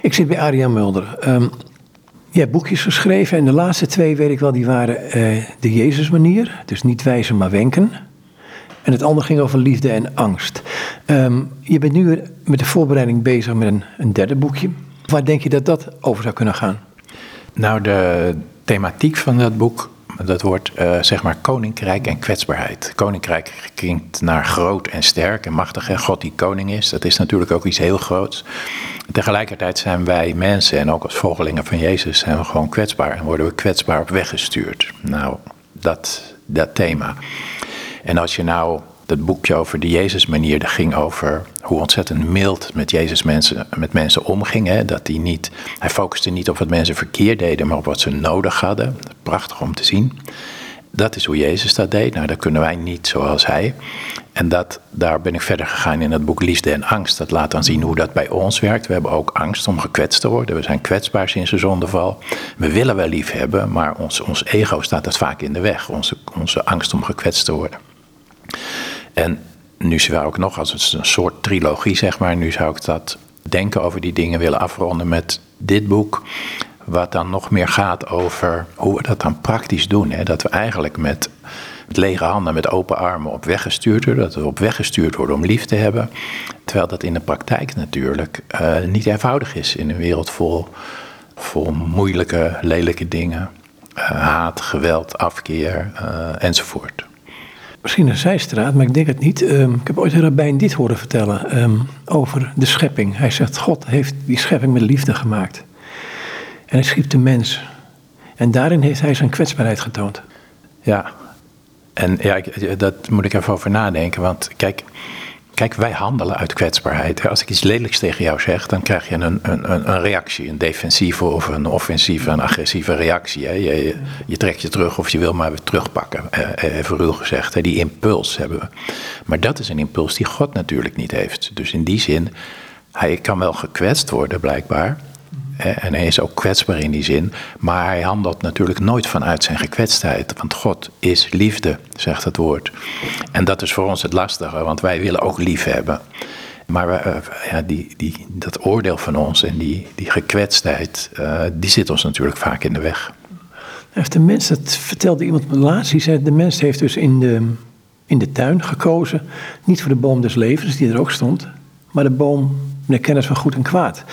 Ik zit bij Adriaan Mulder. Je hebt boekjes geschreven en de laatste 2, weet ik wel, die waren de Jezusmanier. Dus niet wijzen, maar wenken. En het andere ging over liefde en angst. Je bent nu met de voorbereiding bezig met een derde boekje. Waar denk je dat dat over zou kunnen gaan? Nou, de thematiek van dat boek, dat wordt zeg maar koninkrijk en kwetsbaarheid. Koninkrijk klinkt naar groot en sterk en machtig. En God die koning is, dat is natuurlijk ook iets heel groots. Tegelijkertijd zijn wij mensen en ook als volgelingen van Jezus zijn we gewoon kwetsbaar. En worden we kwetsbaar op weg gestuurd. Nou, dat thema. En als je nou dat boekje over de Jezusmanier, dat ging over hoe ontzettend mild met mensen omging. Hè? Hij focuste niet op wat mensen verkeerd deden, maar op wat ze nodig hadden. Prachtig om te zien. Dat is hoe Jezus dat deed. Nou, dat kunnen wij niet zoals hij. En daar ben ik verder gegaan in het boek Liefde en Angst. Dat laat dan zien hoe dat bij ons werkt. We hebben ook angst om gekwetst te worden. We zijn kwetsbaar sinds de zondeval. We willen wel lief hebben, maar ons ego staat dat vaak in de weg. Onze angst om gekwetst te worden. En nu zou ik nog, als een soort trilogie zeg maar, nu zou ik dat denken over die dingen willen afronden met dit boek. Wat dan nog meer gaat over hoe we dat dan praktisch doen. Hè? Dat we eigenlijk met lege handen, met open armen op weg gestuurd worden. Dat we op weg gestuurd worden om lief te hebben. Terwijl dat in de praktijk natuurlijk niet eenvoudig is. In een wereld vol moeilijke, lelijke dingen. Haat, geweld, afkeer enzovoort. Misschien een zijstraat, maar ik denk het niet. Ik heb ooit een rabbijn dit horen vertellen over de schepping. Hij zegt, God heeft die schepping met liefde gemaakt. En hij schiep de mens. En daarin heeft hij zijn kwetsbaarheid getoond. Ja, en ja, dat moet ik even over nadenken. Want kijk, wij handelen uit kwetsbaarheid. Als ik iets lelijks tegen jou zeg, dan krijg je een reactie. Een defensieve of een offensieve, een agressieve reactie. Hè. Je trekt je terug of je wil maar weer terugpakken. Even ruw gezegd. Die impuls hebben we. Maar dat is een impuls die God natuurlijk niet heeft. Dus in die zin, hij kan wel gekwetst worden blijkbaar. En hij is ook kwetsbaar in die zin. Maar hij handelt natuurlijk nooit vanuit zijn gekwetstheid. Want God is liefde, zegt het woord. En dat is voor ons het lastige, want wij willen ook lief hebben. Maar dat oordeel van ons en die gekwetstheid, die zit ons natuurlijk vaak in de weg. Heeft de mens, dat vertelde iemand laatst, die zei, de mens heeft dus in de tuin gekozen. Niet voor de boom des levens, die er ook stond. Maar de boom de kennis van goed en kwaad.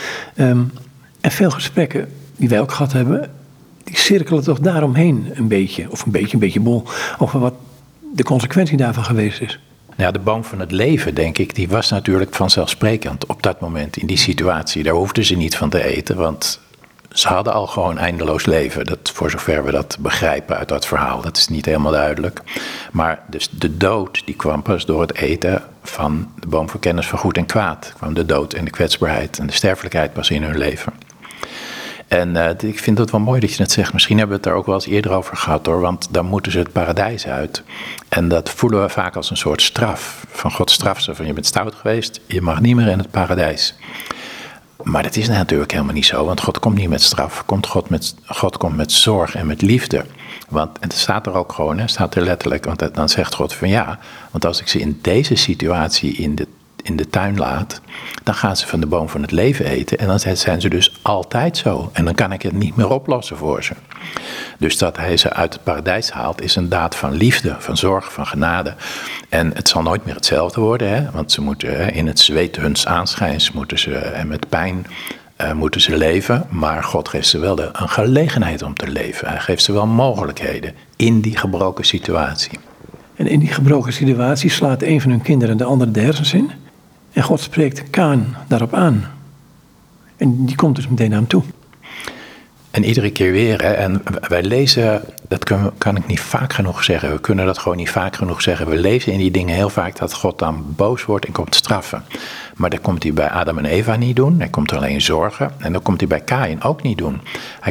En veel gesprekken die wij ook gehad hebben, die cirkelen toch daaromheen een beetje. Of een beetje bol. Over wat de consequentie daarvan geweest is. Ja, de boom van het leven, denk ik, die was natuurlijk vanzelfsprekend op dat moment in die situatie. Daar hoefden ze niet van te eten, want ze hadden al gewoon eindeloos leven. Dat, voor zover we dat begrijpen uit dat verhaal, dat is niet helemaal duidelijk. Maar dus de dood, die kwam pas door het eten van de boom van kennis van goed en kwaad. Kwam de dood en de kwetsbaarheid en de sterfelijkheid pas in hun leven. En ik vind het wel mooi dat je het zegt. Misschien hebben we het daar ook wel eens eerder over gehad hoor. Want dan moeten ze het paradijs uit. En dat voelen we vaak als een soort straf. Van God straft ze van je bent stout geweest. Je mag niet meer in het paradijs. Maar dat is natuurlijk helemaal niet zo. Want God komt niet met straf. God komt met zorg en met liefde. Want en het staat er ook gewoon. Het staat er letterlijk. Want dan zegt God van ja. Want als ik ze in deze situatie in de tuin laat, dan gaan ze van de boom van het leven eten. En dan zijn ze dus altijd zo. En dan kan ik het niet meer oplossen voor ze. Dus dat hij ze uit het paradijs haalt, is een daad van liefde, van zorg, van genade. En het zal nooit meer hetzelfde worden. Hè? Want ze moeten in het zweet huns aanschijns, en met pijn moeten ze leven. Maar God geeft ze wel een gelegenheid om te leven. Hij geeft ze wel mogelijkheden in die gebroken situatie. En in die gebroken situatie slaat een van hun kinderen de andere de hersens in. En God spreekt Kaan daarop aan. En die komt dus meteen naar hem toe. En iedere keer weer. Hè, en wij lezen, dat kan ik niet vaak genoeg zeggen. We kunnen dat gewoon niet vaak genoeg zeggen. We lezen in die dingen heel vaak dat God dan boos wordt en komt straffen. Maar dat komt hij bij Adam en Eva niet doen. Hij komt alleen zorgen. En dat komt hij bij Kaïn ook niet doen.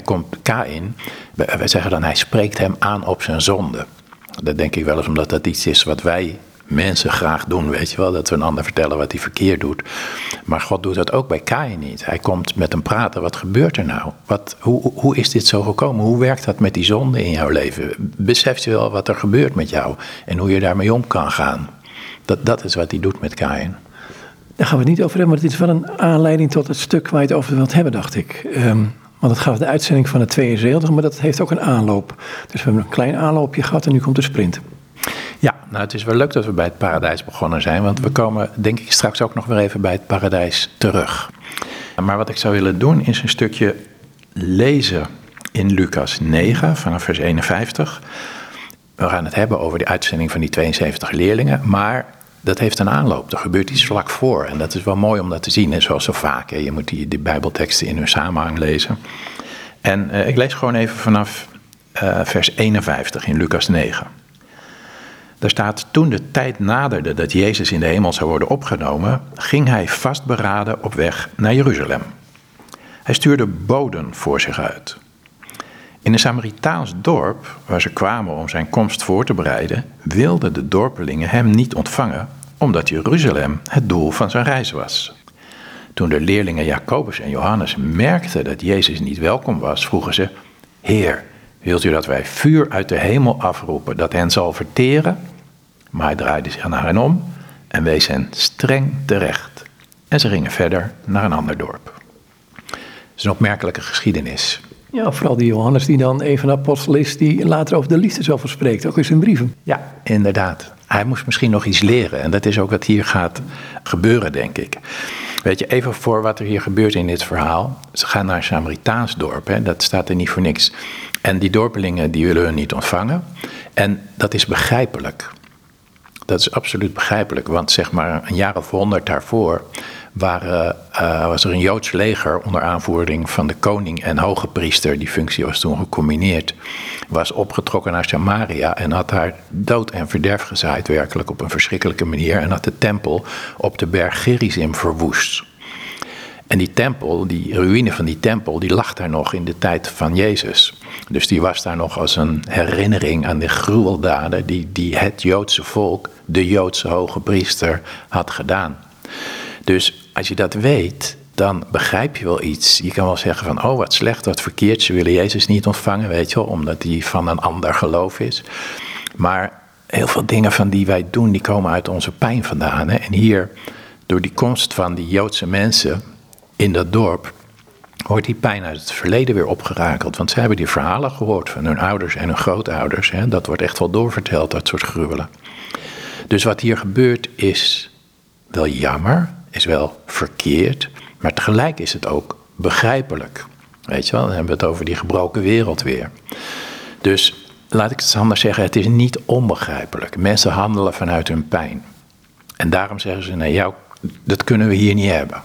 Wij zeggen dan, hij spreekt hem aan op zijn zonde. Dat denk ik wel eens omdat dat iets is wat wij mensen graag doen, weet je wel. Dat we een ander vertellen wat hij verkeerd doet. Maar God doet dat ook bij Kaïn niet. Hij komt met hem praten. Wat gebeurt er nou? Hoe is dit zo gekomen? Hoe werkt dat met die zonde in jouw leven? Beseft je wel wat er gebeurt met jou? En hoe je daarmee om kan gaan? Dat is wat hij doet met Kaïn. Daar gaan we het niet over hebben, maar het is wel een aanleiding tot het stuk waar je het over wilt hebben, dacht ik. Want het gaat over de uitzending van de 72, maar dat heeft ook een aanloop. Dus we hebben een klein aanloopje gehad en nu komt de sprint. Ja, nou het is wel leuk dat we bij het paradijs begonnen zijn, want we komen denk ik straks ook nog weer even bij het paradijs terug. Maar wat ik zou willen doen is een stukje lezen in Lucas 9 vanaf vers 51. We gaan het hebben over de uitzending van die 72 leerlingen, maar dat heeft een aanloop. Er gebeurt iets vlak voor en dat is wel mooi om dat te zien. En zoals zo vaak, je moet die Bijbelteksten in hun samenhang lezen. En ik lees gewoon even vanaf vers 51 in Lucas 9. Daar staat, toen de tijd naderde dat Jezus in de hemel zou worden opgenomen, ging hij vastberaden op weg naar Jeruzalem. Hij stuurde boden voor zich uit. In een Samaritaans dorp, waar ze kwamen om zijn komst voor te bereiden, wilden de dorpelingen hem niet ontvangen, omdat Jeruzalem het doel van zijn reis was. Toen de leerlingen Jacobus en Johannes merkten dat Jezus niet welkom was, vroegen ze, Heer, wilt u dat wij vuur uit de hemel afroepen dat hen zal verteren? Maar hij draaide zich naar hen om en wees hen streng terecht. En ze gingen verder naar een ander dorp. Het is een opmerkelijke geschiedenis. Ja, vooral die Johannes die dan een van de apostel is die later over de liefde zoveel spreekt, ook in zijn brieven. Ja, inderdaad. Hij moest misschien nog iets leren en dat is ook wat hier gaat gebeuren, denk ik. Weet je, even voor wat er hier gebeurt in dit verhaal. Ze gaan naar een Samaritaans dorp, hè? Dat staat er niet voor niks. En die dorpelingen die willen hun niet ontvangen. En dat is begrijpelijk. Dat is absoluut begrijpelijk, want zeg maar een jaar of 100 daarvoor was er een Joods leger onder aanvoering van de koning en hoge priester, die functie was toen gecombineerd, was opgetrokken naar Samaria en had daar dood en verderf gezaaid, werkelijk op een verschrikkelijke manier, en had de tempel op de berg Gerizim verwoest. En die tempel, die ruïne van die tempel, die lag daar nog in de tijd van Jezus. Dus die was daar nog als een herinnering aan de gruweldaden die het Joodse volk, de Joodse hoge priester, had gedaan. Dus als je dat weet, dan begrijp je wel iets. Je kan wel zeggen van, oh wat slecht, wat verkeerd, ze willen Jezus niet ontvangen, weet je wel, omdat hij van een ander geloof is. Maar heel veel dingen van die wij doen, die komen uit onze pijn vandaan. Hè? En hier, door die komst van die Joodse mensen in dat dorp, wordt die pijn uit het verleden weer opgerakeld. Want ze hebben die verhalen gehoord van hun ouders en hun grootouders. Hè? Dat wordt echt wel doorverteld, dat soort gruwelen. Dus wat hier gebeurt is wel jammer, is wel verkeerd, maar tegelijk is het ook begrijpelijk. Weet je wel, dan hebben we het over die gebroken wereld weer. Dus laat ik het anders zeggen, het is niet onbegrijpelijk. Mensen handelen vanuit hun pijn. En daarom zeggen ze, nee, dat kunnen we hier niet hebben.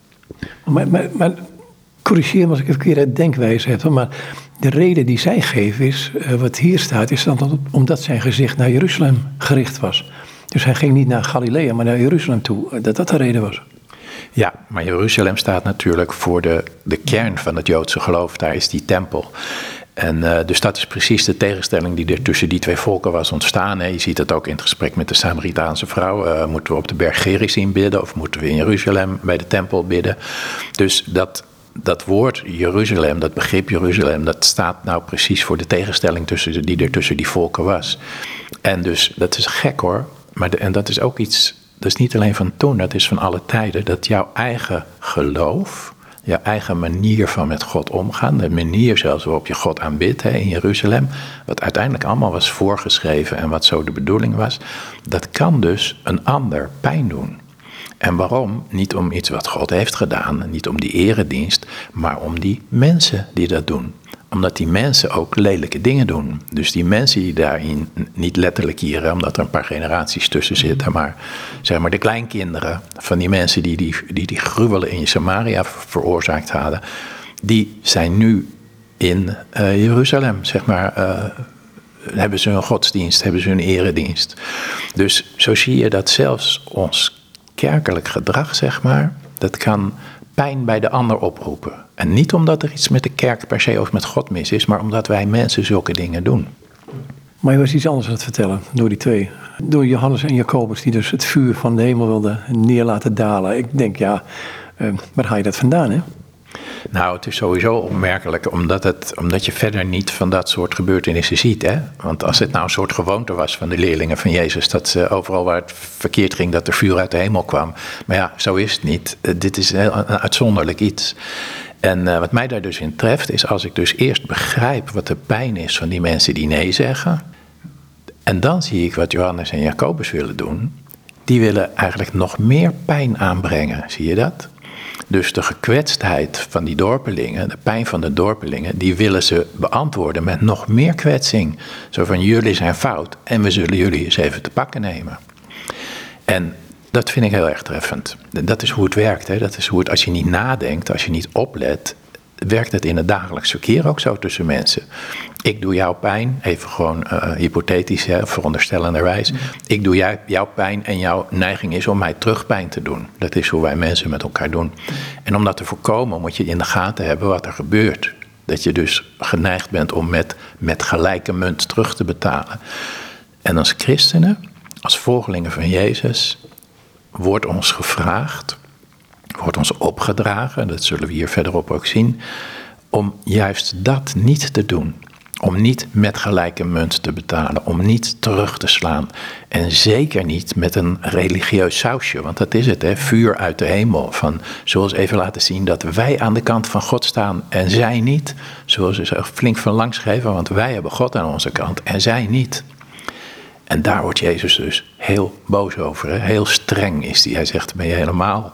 Maar corrigeer me als ik een verkeerde denkwijze heb, maar de reden die zij geven is, wat hier staat, is dan omdat zijn gezicht naar Jeruzalem gericht was. Dus hij ging niet naar Galilea, maar naar Jeruzalem toe, dat de reden was. Ja, maar Jeruzalem staat natuurlijk voor de kern van het Joodse geloof, daar is die tempel. En dus dat is precies de tegenstelling die er tussen die twee volken was ontstaan. Hè. Je ziet het ook in het gesprek met de Samaritaanse vrouw. Moeten we op de berg Gerizim bidden of moeten we in Jeruzalem bij de tempel bidden? Dus dat woord Jeruzalem, dat begrip Jeruzalem, dat staat nou precies voor de tegenstelling die er tussen die volken was. En dus, dat is gek hoor, en dat is ook iets, dat is niet alleen van toen, dat is van alle tijden, dat jouw eigen geloof, jouw eigen manier van met God omgaan, de manier zelfs waarop je God aanbidt in Jeruzalem, wat uiteindelijk allemaal was voorgeschreven en wat zo de bedoeling was, dat kan dus een ander pijn doen. En waarom? Niet om iets wat God heeft gedaan, niet om die eredienst, maar om die mensen die dat doen. Omdat die mensen ook lelijke dingen doen. Dus die mensen die daarin, niet letterlijk hier, omdat er een paar generaties tussen zitten, maar zeg maar de kleinkinderen van die mensen die gruwelen in Samaria veroorzaakt hadden, die zijn nu in Jeruzalem, zeg maar, hebben ze hun godsdienst, hebben ze hun eredienst. Dus zo zie je dat zelfs ons kerkelijk gedrag, zeg maar, dat kan pijn bij de ander oproepen. En niet omdat er iets met de kerk per se of met God mis is, maar omdat wij mensen zulke dingen doen. Maar je was iets anders aan het vertellen door die twee. Door Johannes en Jacobus, die dus het vuur van de hemel wilden neer laten dalen. Ik denk, waar haal je dat vandaan, hè? Nou, het is sowieso opmerkelijk, omdat je verder niet van dat soort gebeurtenissen ziet. Hè? Want als het nou een soort gewoonte was van de leerlingen van Jezus, dat ze overal waar het verkeerd ging, dat er vuur uit de hemel kwam. Maar ja, zo is het niet. Dit is een uitzonderlijk iets. En wat mij daar dus in treft, is als ik dus eerst begrijp wat de pijn is van die mensen die nee zeggen. En dan zie ik wat Johannes en Jacobus willen doen. Die willen eigenlijk nog meer pijn aanbrengen, zie je dat? Dus de gekwetstheid van die dorpelingen, de pijn van de dorpelingen, die willen ze beantwoorden met nog meer kwetsing. Zo van, jullie zijn fout en we zullen jullie eens even te pakken nemen. En dat vind ik heel erg treffend. Dat is hoe het werkt. Hè? Dat is hoe het, als je niet nadenkt, als je niet oplet, werkt het in het dagelijks verkeer ook zo tussen mensen. Ik doe jou pijn, even gewoon hypothetisch, veronderstellenderwijs. Ik doe jouw pijn en jouw neiging is om mij terug pijn te doen. Dat is hoe wij mensen met elkaar doen. En om dat te voorkomen moet je in de gaten hebben wat er gebeurt. Dat je dus geneigd bent om met gelijke munt terug te betalen. En als christenen, als volgelingen van Jezus, wordt ons gevraagd, wordt ons opgedragen, dat zullen we hier verderop ook zien, om juist dat niet te doen. Om niet met gelijke munt te betalen, om niet terug te slaan. En zeker niet met een religieus sausje, want dat is het, hè? Vuur uit de hemel. Van, zullen ze even laten zien dat wij aan de kant van God staan en zij niet. Zullen ze flink van langs geven, want wij hebben God aan onze kant en zij niet. En daar wordt Jezus dus heel boos over, hè? Heel streng is hij. Hij zegt, ben je helemaal,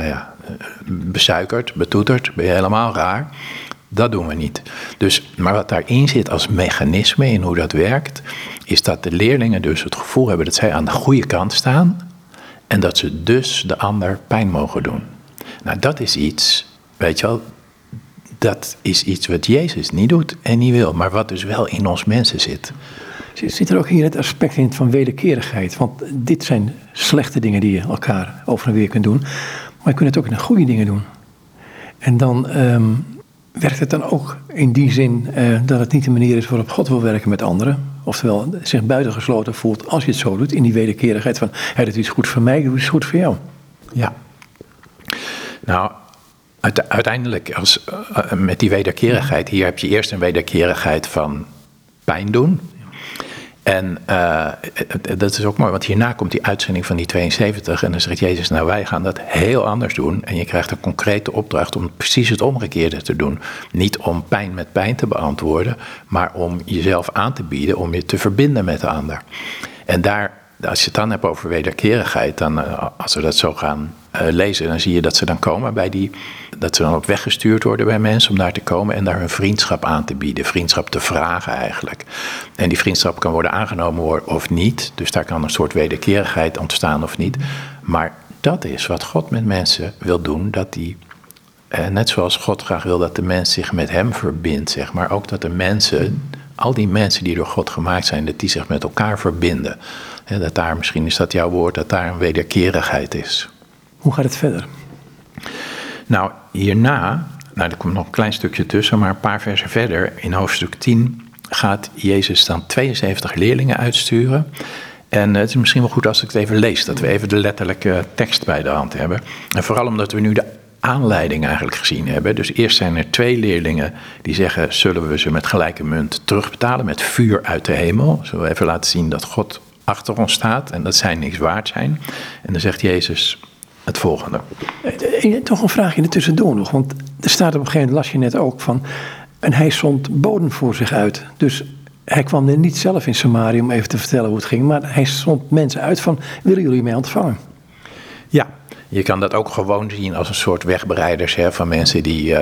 besuikerd, betoeterd, ben je helemaal raar? Dat doen we niet. Dus, maar wat daarin zit als mechanisme in hoe dat werkt, is dat de leerlingen dus het gevoel hebben dat zij aan de goede kant staan en dat ze dus de ander pijn mogen doen. Nou, dat is iets, weet je wel, dat is iets wat Jezus niet doet en niet wil, maar wat dus wel in ons mensen zit. Zit er ook hier het aspect in van wederkerigheid? Want dit zijn slechte dingen die je elkaar over en weer kunt doen, maar je kunt het ook in goede dingen doen. En dan werkt het dan ook in die zin dat het niet de manier is waarop God wil werken met anderen? Oftewel zich buitengesloten voelt als je het zo doet, in die wederkerigheid van, hij doet iets goed voor mij, doet iets goed voor jou. Ja. Nou, uiteindelijk met die wederkerigheid, hier heb je eerst een wederkerigheid van pijn doen. En dat is ook mooi, want hierna komt die uitzending van die 72 en dan zegt Jezus, nou wij gaan dat heel anders doen. En je krijgt een concrete opdracht om precies het omgekeerde te doen. Niet om pijn met pijn te beantwoorden, maar om jezelf aan te bieden, om je te verbinden met de ander. En daar, als je het dan hebt over wederkerigheid, dan als we dat zo gaan lezen, dan zie je dat ze dan komen bij dat ze dan ook weggestuurd worden bij mensen om daar te komen en daar hun vriendschap aan te bieden, vriendschap te vragen eigenlijk. En die vriendschap kan worden aangenomen of niet, dus daar kan een soort wederkerigheid ontstaan of niet. Maar dat is wat God met mensen wil doen, dat die, net zoals God graag wil dat de mens zich met hem verbindt, zeg maar, ook dat de mensen, al die mensen die door God gemaakt zijn, dat die zich met elkaar verbinden. Dat daar, misschien is dat jouw woord, dat daar een wederkerigheid is. Hoe gaat het verder? Nou, hierna, er komt nog een klein stukje tussen, maar een paar versen verder, in hoofdstuk 10, gaat Jezus dan 72 leerlingen uitsturen. En het is misschien wel goed als ik het even lees, dat we even de letterlijke tekst bij de hand hebben. En vooral omdat we nu de aanleiding eigenlijk gezien hebben. Dus eerst zijn er 2 leerlingen die zeggen, zullen we ze met gelijke munt terugbetalen, met vuur uit de hemel. Zullen we even laten zien dat God achter ons staat en dat zij niks waard zijn. En dan zegt Jezus het volgende. Toch een vraagje er tussendoor nog, want er staat op een gegeven moment, las je net ook van, en hij zond boden voor zich uit. Dus hij kwam er niet zelf in Samaria om even te vertellen hoe het ging, maar hij zond mensen uit van, willen jullie mij ontvangen? Ja, je kan dat ook gewoon zien als een soort wegbereiders, van mensen die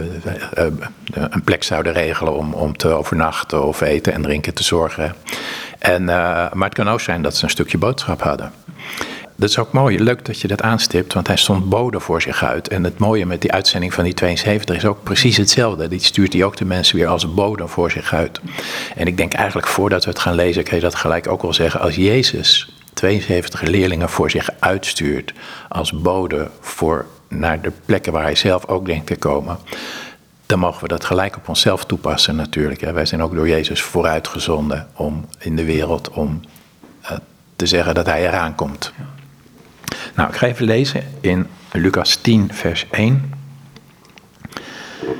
een plek zouden regelen om te overnachten of eten en drinken te zorgen. Maar het kan ook zijn dat ze een stukje boodschap hadden. Dat is ook mooi, leuk dat je dat aanstipt, want hij stond boden voor zich uit. En het mooie met die uitzending van die 72 is ook precies hetzelfde. Die stuurt hij ook de mensen weer als boden voor zich uit. En ik denk eigenlijk voordat we het gaan lezen, kan je dat gelijk ook wel zeggen. Als Jezus 72 leerlingen voor zich uitstuurt als bode naar de plekken waar hij zelf ook denkt te komen, dan mogen we dat gelijk op onszelf toepassen natuurlijk. Wij zijn ook door Jezus vooruitgezonden in de wereld om te zeggen dat hij eraan komt. Nou, ik ga even lezen in Lucas 10, vers 1.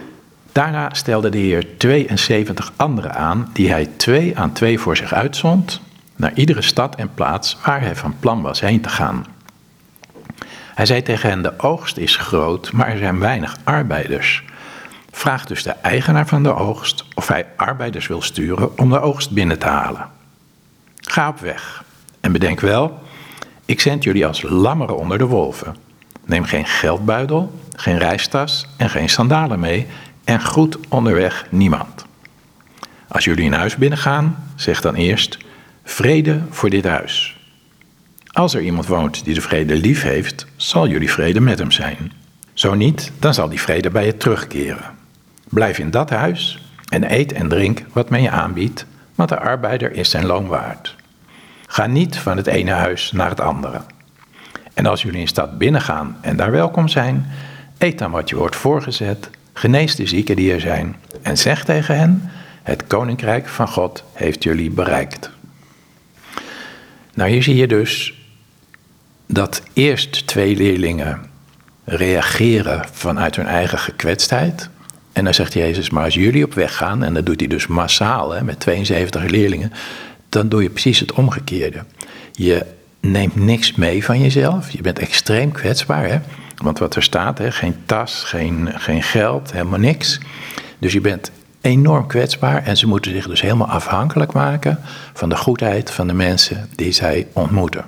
Daarna stelde de Heer 72 anderen aan, die hij 2 aan 2 voor zich uitzond, naar iedere stad en plaats waar hij van plan was heen te gaan. Hij zei tegen hen, de oogst is groot, maar er zijn weinig arbeiders. Vraag dus de eigenaar van de oogst of hij arbeiders wil sturen om de oogst binnen te halen. Ga op weg en bedenk wel, ik zend jullie als lammeren onder de wolven. Neem geen geldbuidel, geen reistas en geen sandalen mee en groet onderweg niemand. Als jullie een huis binnengaan, zeg dan eerst, vrede voor dit huis. Als er iemand woont die de vrede lief heeft, zal jullie vrede met hem zijn. Zo niet, dan zal die vrede bij je terugkeren. Blijf in dat huis en eet en drink wat men je aanbiedt, want de arbeider is zijn loon waard. Ga niet van het ene huis naar het andere. En als jullie een stad binnengaan en daar welkom zijn, eet dan wat je wordt voorgezet, genees de zieken die er zijn en zeg tegen hen, het koninkrijk van God heeft jullie bereikt. Nou, hier zie je dus dat eerst 2 leerlingen reageren vanuit hun eigen gekwetstheid. En dan zegt Jezus, maar als jullie op weg gaan, en dat doet hij dus massaal met 72 leerlingen, dan doe je precies het omgekeerde. Je neemt niks mee van jezelf, je bent extreem kwetsbaar. Hè? Want wat er staat, geen tas, geen geld, helemaal niks. Dus je bent enorm kwetsbaar en ze moeten zich dus helemaal afhankelijk maken van de goedheid van de mensen die zij ontmoeten.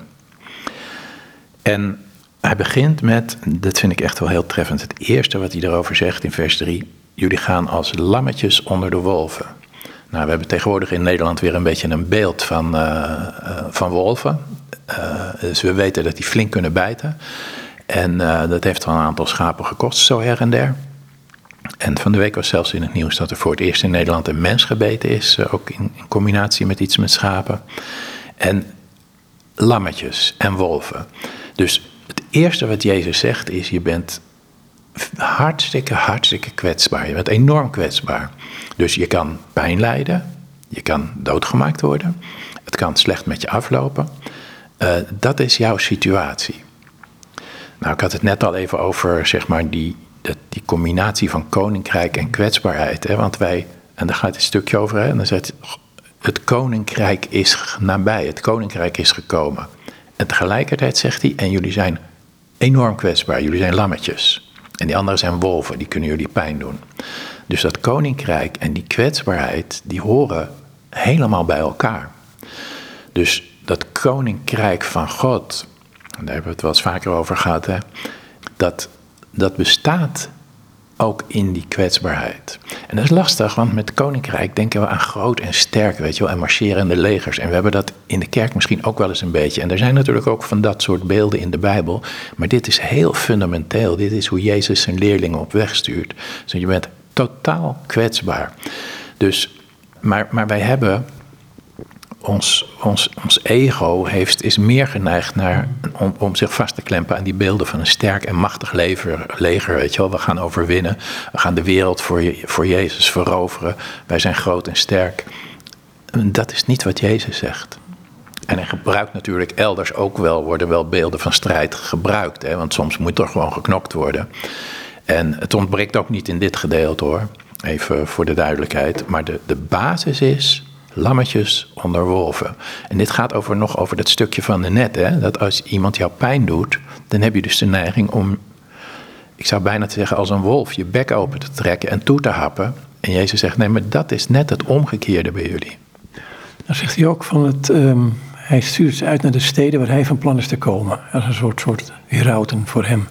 En hij begint met, dat vind ik echt wel heel treffend, het eerste wat hij erover zegt in vers 3, jullie gaan als lammetjes onder de wolven. Nou, we hebben tegenwoordig in Nederland weer een beetje een beeld van wolven. Dus we weten dat die flink kunnen bijten. En dat heeft wel een aantal schapen gekost, zo her en der. En van de week was zelfs in het nieuws dat er voor het eerst in Nederland een mens gebeten is. Ook in combinatie met iets met schapen. En lammetjes en wolven. Dus het eerste wat Jezus zegt is, je bent hartstikke kwetsbaar. Je bent enorm kwetsbaar. Dus je kan pijn lijden. Je kan doodgemaakt worden. Het kan slecht met je aflopen. Dat is jouw situatie. Nou, ik had het net al even over, zeg maar, die combinatie van koninkrijk en kwetsbaarheid. Hè? Want wij, en daar gaat het stukje over, hè? En dan zegt het koninkrijk is nabij, het koninkrijk is gekomen. En tegelijkertijd zegt hij, en jullie zijn enorm kwetsbaar, jullie zijn lammetjes. En die anderen zijn wolven, die kunnen jullie pijn doen. Dus dat koninkrijk en die kwetsbaarheid, die horen helemaal bij elkaar. Dus dat koninkrijk van God, en daar hebben we het wel eens vaker over gehad, hè, dat bestaat ook in die kwetsbaarheid. En dat is lastig, want met koninkrijk denken we aan groot en sterk, weet je wel, en marcherende legers. En we hebben dat in de kerk misschien ook wel eens een beetje. En er zijn natuurlijk ook van dat soort beelden in de Bijbel. Maar dit is heel fundamenteel. Dit is hoe Jezus zijn leerlingen op weg stuurt. Dus je bent totaal kwetsbaar. Dus, maar wij hebben... Ons ego is meer geneigd naar om zich vast te klempen aan die beelden van een sterk en machtig leger. Weet je wel, we gaan overwinnen. We gaan de wereld voor Jezus veroveren. Wij zijn groot en sterk. En dat is niet wat Jezus zegt. En hij gebruikt natuurlijk elders ook wel, worden wel beelden van strijd gebruikt. Hè, want soms moet er gewoon geknokt worden. En het ontbreekt ook niet in dit gedeelte hoor. Even voor de duidelijkheid. Maar de basis is lammetjes onder wolven. En dit gaat nog over dat stukje van de net. Hè? Dat als iemand jou pijn doet, dan heb je dus de neiging om, ik zou bijna zeggen als een wolf, je bek open te trekken en toe te happen. En Jezus zegt, nee, maar dat is net het omgekeerde bij jullie. Dan zegt hij ook hij stuurt ze uit naar de steden waar hij van plan is te komen. Als een soort herauten voor hem.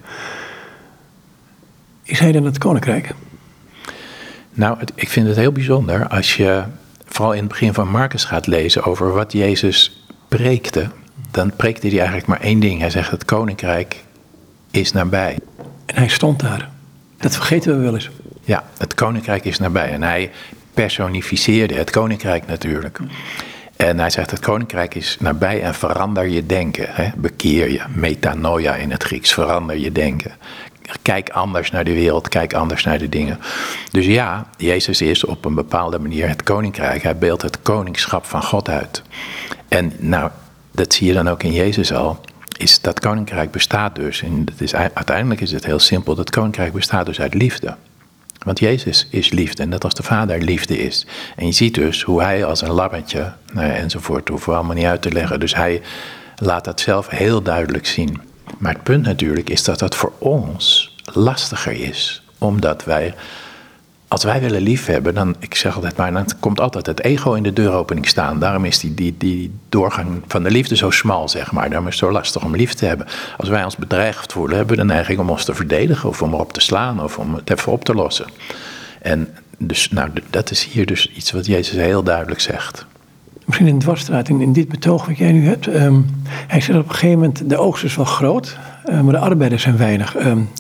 Is hij dan het koninkrijk? Nou, ik vind het heel bijzonder als je vooral in het begin van Marcus gaat lezen over wat Jezus preekte. Dan preekte hij eigenlijk maar één ding. Hij zegt, het koninkrijk is nabij. En hij stond daar. Dat vergeten we wel eens. Ja, het koninkrijk is nabij. En hij personificeerde het koninkrijk natuurlijk. En hij zegt, het koninkrijk is nabij en verander je denken. Hè? Bekeer je, metanoia in het Grieks, verander je denken. Kijk anders naar de wereld, kijk anders naar de dingen. Dus ja, Jezus is op een bepaalde manier het koninkrijk. Hij beeldt het koningschap van God uit. En nou, dat zie je dan ook in Jezus al. Is dat koninkrijk bestaat dus, en uiteindelijk is het heel simpel, dat koninkrijk bestaat dus uit liefde. Want Jezus is liefde, net als de Vader liefde is. En je ziet dus hoe hij als een lammetje, enzovoort, hoeven we allemaal niet uit te leggen. Dus hij laat dat zelf heel duidelijk zien. Maar het punt natuurlijk is dat dat voor ons lastiger is. Omdat wij, als wij willen liefhebben, dan, ik zeg altijd maar, dan komt altijd het ego in de deuropening staan. Daarom is die doorgang van de liefde zo smal, zeg maar. Daarom is het zo lastig om lief te hebben. Als wij ons bedreigd voelen, hebben we de neiging om ons te verdedigen, of om erop te slaan, of om het even op te lossen. En dus, dat is hier dus iets wat Jezus heel duidelijk zegt. Misschien een dwarsstraat in dit betoog wat jij nu hebt. Hij zegt op een gegeven moment, de oogst is wel groot, maar de arbeiders zijn weinig.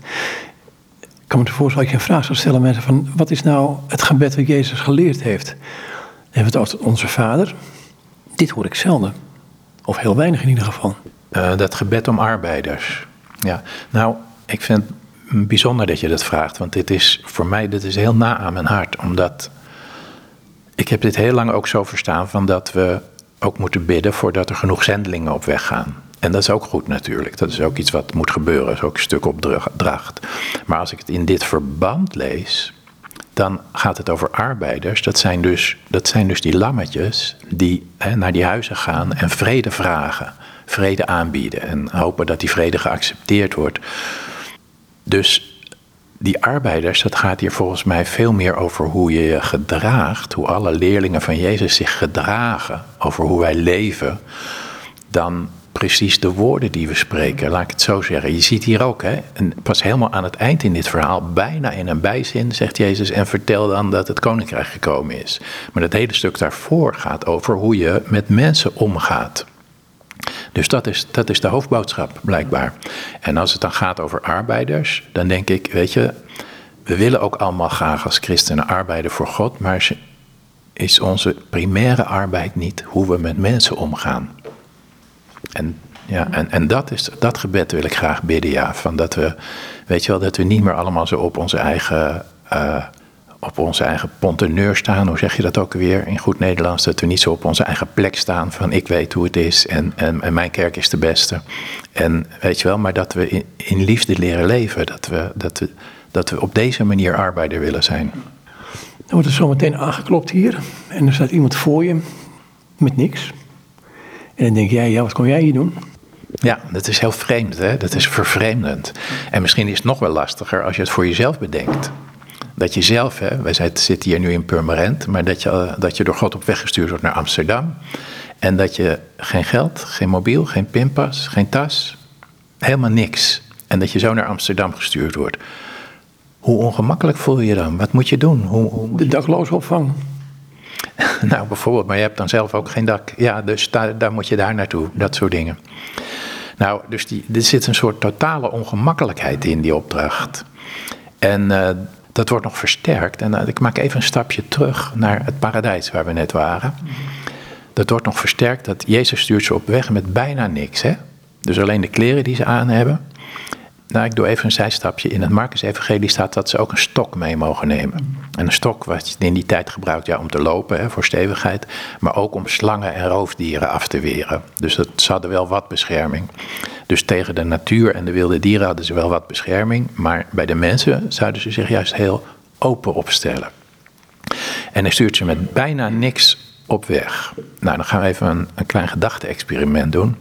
Ik kan me ervoor dat je een vraag zou stellen mensen van, wat is nou het gebed wat Jezus geleerd heeft? Dan hebben we het over onze Vader. Dit hoor ik zelden. Of heel weinig in ieder geval. Dat gebed om arbeiders. Ja, nou, ik vind het bijzonder dat je dat vraagt. Want dit is voor mij heel na aan mijn hart. Omdat ik heb dit heel lang ook zo verstaan van dat we ook moeten bidden voordat er genoeg zendelingen op weg gaan. En dat is ook goed natuurlijk. Dat is ook iets wat moet gebeuren. Dat is ook een stuk opdracht. Maar als ik het in dit verband lees, dan gaat het over arbeiders. Dat zijn dus die lammetjes die naar die huizen gaan en vrede vragen. Vrede aanbieden en hopen dat die vrede geaccepteerd wordt. Dus die arbeiders, dat gaat hier volgens mij veel meer over hoe je je gedraagt. Hoe alle leerlingen van Jezus zich gedragen. Over hoe wij leven. Dan precies de woorden die we spreken, laat ik het zo zeggen. Je ziet hier ook, en pas helemaal aan het eind in dit verhaal, bijna in een bijzin, zegt Jezus, en vertel dan dat het koninkrijk gekomen is. Maar het hele stuk daarvoor gaat over hoe je met mensen omgaat. Dus dat is de hoofdboodschap, blijkbaar. En als het dan gaat over arbeiders, dan denk ik, weet je, we willen ook allemaal graag als christenen arbeiden voor God, maar is onze primaire arbeid niet hoe we met mensen omgaan. En dat gebed wil ik graag bidden, ja. Van dat we, weet je wel, dat we niet meer allemaal zo op onze eigen ponteneur staan. Hoe zeg je dat ook weer in goed Nederlands? Dat we niet zo op onze eigen plek staan van ik weet hoe het is en mijn kerk is de beste. En weet je wel, maar dat we in liefde leren leven. Dat we op deze manier arbeider willen zijn. Dan wordt er zo meteen aangeklopt hier. En er staat iemand voor je met niks. En dan denk jij, ja, wat kom jij hier doen? Ja, dat is heel vreemd, hè? Dat is vervreemdend. En misschien is het nog wel lastiger als je het voor jezelf bedenkt. Dat je zelf, wij zitten hier nu in Purmerend, maar dat je door God op weg gestuurd wordt naar Amsterdam. En dat je geen geld, geen mobiel, geen pinpas, geen tas, helemaal niks. En dat je zo naar Amsterdam gestuurd wordt. Hoe ongemakkelijk voel je je dan? Wat moet je doen? De dakloze opvang. Nou, bijvoorbeeld, maar je hebt dan zelf ook geen dak. Ja, dus daar moet je daar naartoe, dat soort dingen. Nou, dus er zit een soort totale ongemakkelijkheid in die opdracht. En dat wordt nog versterkt. En ik maak even een stapje terug naar het paradijs waar we net waren. Dat wordt nog versterkt dat Jezus stuurt ze op weg met bijna niks. Hè? Dus alleen de kleren die ze aan hebben. Nou, ik doe even een zijstapje. In het Markus-evangelie staat dat ze ook een stok mee mogen nemen. En een stok was in die tijd gebruikt om te lopen, voor stevigheid. Maar ook om slangen en roofdieren af te weren. Dus ze hadden wel wat bescherming. Dus tegen de natuur en de wilde dieren hadden ze wel wat bescherming. Maar bij de mensen zouden ze zich juist heel open opstellen. En hij stuurt ze met bijna niks op weg. Nou, dan gaan we even een klein gedachte-experiment doen.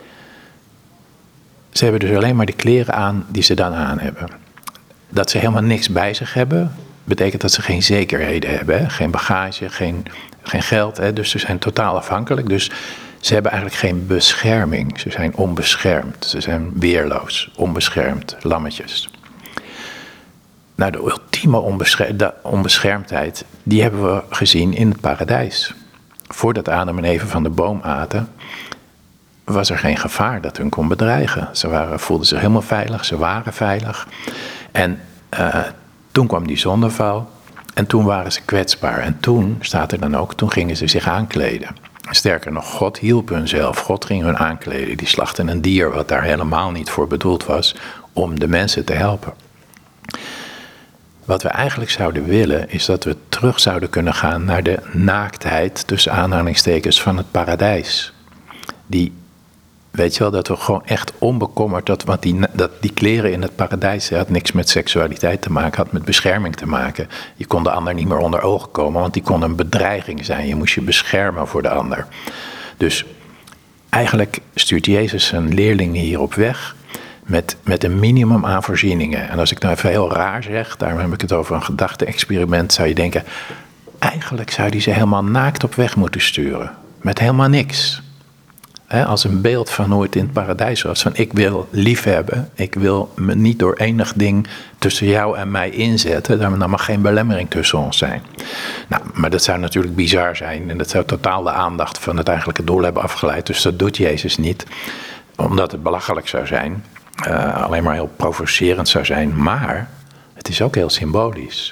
Ze hebben dus alleen maar de kleren aan die ze dan aan hebben. Dat ze helemaal niks bij zich hebben, betekent dat ze geen zekerheden hebben. Hè? Geen bagage, geen geld. Hè? Dus ze zijn totaal afhankelijk. Dus ze hebben eigenlijk geen bescherming. Ze zijn onbeschermd. Ze zijn weerloos, onbeschermd, lammetjes. Nou, de ultieme onbeschermdheid, die hebben we gezien in het paradijs. Voordat Adam en Eva van de boom aten, was er geen gevaar dat hun kon bedreigen. Ze voelden zich helemaal veilig, ze waren veilig. En toen kwam die zondeval en toen waren ze kwetsbaar. En toen, staat er dan ook, toen gingen ze zich aankleden. Sterker nog, God hielp hun zelf. God ging hun aankleden. Die slachten een dier wat daar helemaal niet voor bedoeld was om de mensen te helpen. Wat we eigenlijk zouden willen is dat we terug zouden kunnen gaan naar de naaktheid tussen aanhalingstekens van het paradijs. Die Weet je wel, dat we gewoon echt onbekommerd, want die kleren in het paradijs had niks met seksualiteit te maken, had met bescherming te maken. Je kon de ander niet meer onder ogen komen, want die kon een bedreiging zijn. Je moest je beschermen voor de ander. Dus eigenlijk stuurt Jezus zijn leerlingen hier op weg met een minimum aan voorzieningen. En als ik nou even heel raar zeg, daarom heb ik het over een gedachte-experiment, zou je denken, eigenlijk zou hij ze helemaal naakt op weg moeten sturen. Met helemaal niks. Als een beeld van hoe het in het paradijs was. Van ik wil liefhebben. Ik wil me niet door enig ding tussen jou en mij inzetten. Dan mag geen belemmering tussen ons zijn. Nou, maar dat zou natuurlijk bizar zijn. En dat zou totaal de aandacht van het eigenlijke doel hebben afgeleid. Dus dat doet Jezus niet. Omdat het belachelijk zou zijn. Alleen maar heel provocerend zou zijn. Maar het is ook heel symbolisch.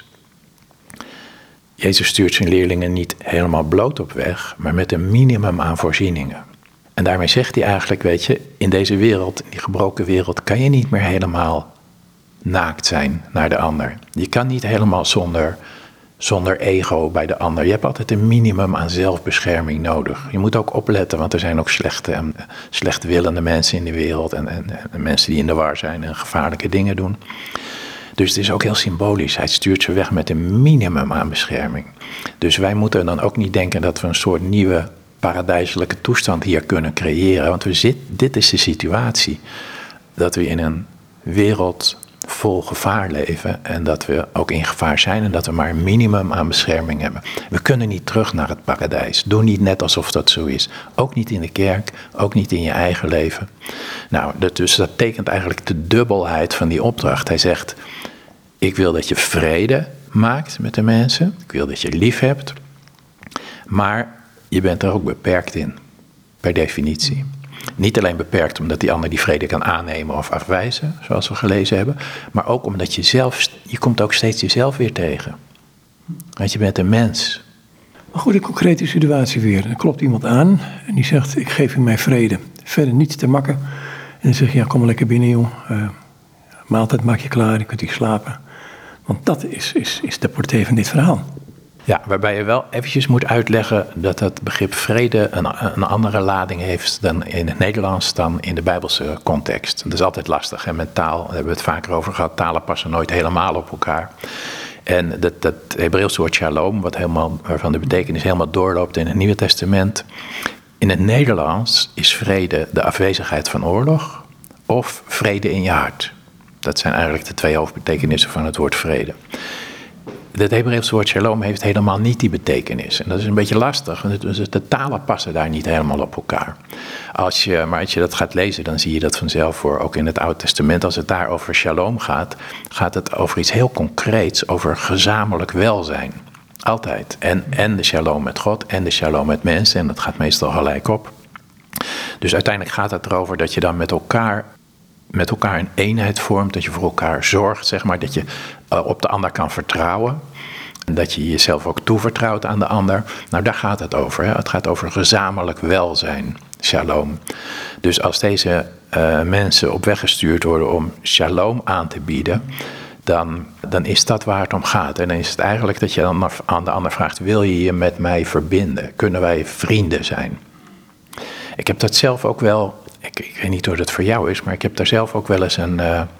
Jezus stuurt zijn leerlingen niet helemaal bloot op weg. Maar met een minimum aan voorzieningen. En daarmee zegt hij eigenlijk, weet je, in deze wereld, in die gebroken wereld, kan je niet meer helemaal naakt zijn naar de ander. Je kan niet helemaal zonder ego bij de ander. Je hebt altijd een minimum aan zelfbescherming nodig. Je moet ook opletten, want er zijn ook slechtwillende mensen in de wereld en mensen die in de war zijn en gevaarlijke dingen doen. Dus het is ook heel symbolisch. Hij stuurt ze weg met een minimum aan bescherming. Dus wij moeten dan ook niet denken dat we een soort nieuwe paradijselijke toestand hier kunnen creëren. Want dit is de situatie. Dat we in een wereld vol gevaar leven. En dat we ook in gevaar zijn. En dat we maar een minimum aan bescherming hebben. We kunnen niet terug naar het paradijs. Doe niet net alsof dat zo is. Ook niet in de kerk. Ook niet in je eigen leven. Nou, dus dat tekent eigenlijk de dubbelheid van die opdracht. Hij zegt, ik wil dat je vrede maakt met de mensen. Ik wil dat je lief hebt. Maar je bent er ook beperkt in, per definitie. Niet alleen beperkt omdat die ander die vrede kan aannemen of afwijzen, zoals we gelezen hebben, maar ook omdat je komt ook steeds jezelf weer tegen. Want je bent een mens. Maar goed, een concrete situatie weer. Er klopt iemand aan en die zegt, ik geef u mijn vrede. Verder niets te makken. En dan zeg je, ja, kom maar lekker binnen, joh. Maaltijd maak je klaar, je kunt hier slapen. Want dat is de portée van dit verhaal. Ja, waarbij je wel eventjes moet uitleggen dat het begrip vrede een andere lading heeft dan in het Nederlands dan in de Bijbelse context. Dat is altijd lastig. En met taal, daar hebben we het vaker over gehad, talen passen nooit helemaal op elkaar. En dat Hebreeuwse woord shalom, waarvan de betekenis helemaal doorloopt in het Nieuwe Testament. In het Nederlands is vrede de afwezigheid van oorlog of vrede in je hart. Dat zijn eigenlijk de twee hoofdbetekenissen van het woord vrede. Het Hebreeuwse woord shalom heeft helemaal niet die betekenis. En dat is een beetje lastig, want de talen passen daar niet helemaal op elkaar. Maar als je dat gaat lezen, dan zie je dat vanzelf voor. Ook in het Oude Testament, als het daar over shalom gaat, gaat het over iets heel concreets, over gezamenlijk welzijn. Altijd. En de shalom met God en de shalom met mensen. En dat gaat meestal gelijk op. Dus uiteindelijk gaat het erover dat je dan met elkaar een eenheid vormt, dat je voor elkaar zorgt, zeg maar, dat je op de ander kan vertrouwen. En dat je jezelf ook toevertrouwt aan de ander. Nou, daar gaat het over. Hè? Het gaat over gezamenlijk welzijn, shalom. Dus als deze mensen op weg gestuurd worden om shalom aan te bieden, dan is dat waar het om gaat. En dan is het eigenlijk dat je dan aan de ander vraagt, wil je je met mij verbinden? Kunnen wij vrienden zijn? Ik heb dat zelf ook wel, ik weet niet hoe dat voor jou is, maar ik heb daar zelf ook wel eens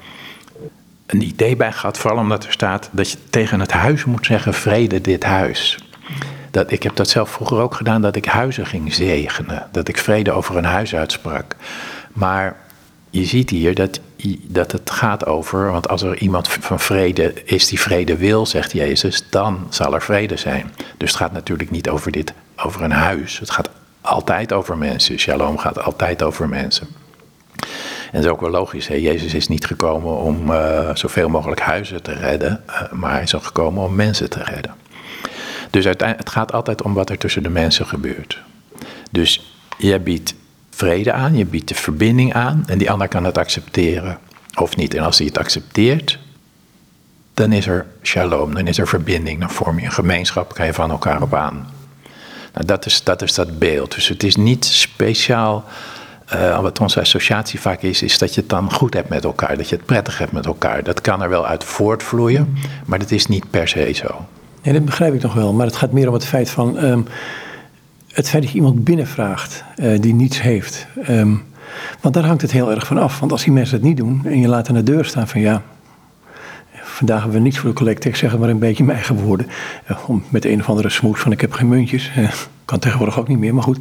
een idee bij gehad, vooral omdat er staat dat je tegen het huis moet zeggen, vrede dit huis. Ik heb dat zelf vroeger ook gedaan, dat ik huizen ging zegenen, dat ik vrede over een huis uitsprak. Maar je ziet hier dat het gaat over, want als er iemand van vrede is die vrede wil, zegt Jezus, dan zal er vrede zijn. Dus het gaat natuurlijk niet over een huis, het gaat altijd over mensen. Shalom gaat altijd over mensen. En dat is ook wel logisch. Hè? Jezus is niet gekomen om zoveel mogelijk huizen te redden, maar hij is ook gekomen om mensen te redden. Dus het gaat altijd om wat er tussen de mensen gebeurt. Dus je biedt vrede aan, je biedt de verbinding aan en die ander kan het accepteren of niet. En als hij het accepteert, dan is er shalom, dan is er verbinding, dan vorm je een gemeenschap, kan je van elkaar op aan. Nou, dat is dat beeld. Dus het is niet speciaal, wat onze associatie vaak is dat je het dan goed hebt met elkaar, dat je het prettig hebt met elkaar. Dat kan er wel uit voortvloeien, maar dat is niet per se zo. Ja, dat begrijp ik nog wel, maar het gaat meer om het feit dat je iemand binnenvraagt die niets heeft. Want daar hangt het heel erg van af. Want als die mensen het niet doen en je laat aan de deur staan van ja, vandaag hebben we niets voor de collecte, ik zeg het maar een beetje in mijn eigen woorden. Om met een of andere smoes van ik heb geen muntjes. Kan tegenwoordig ook niet meer, maar goed.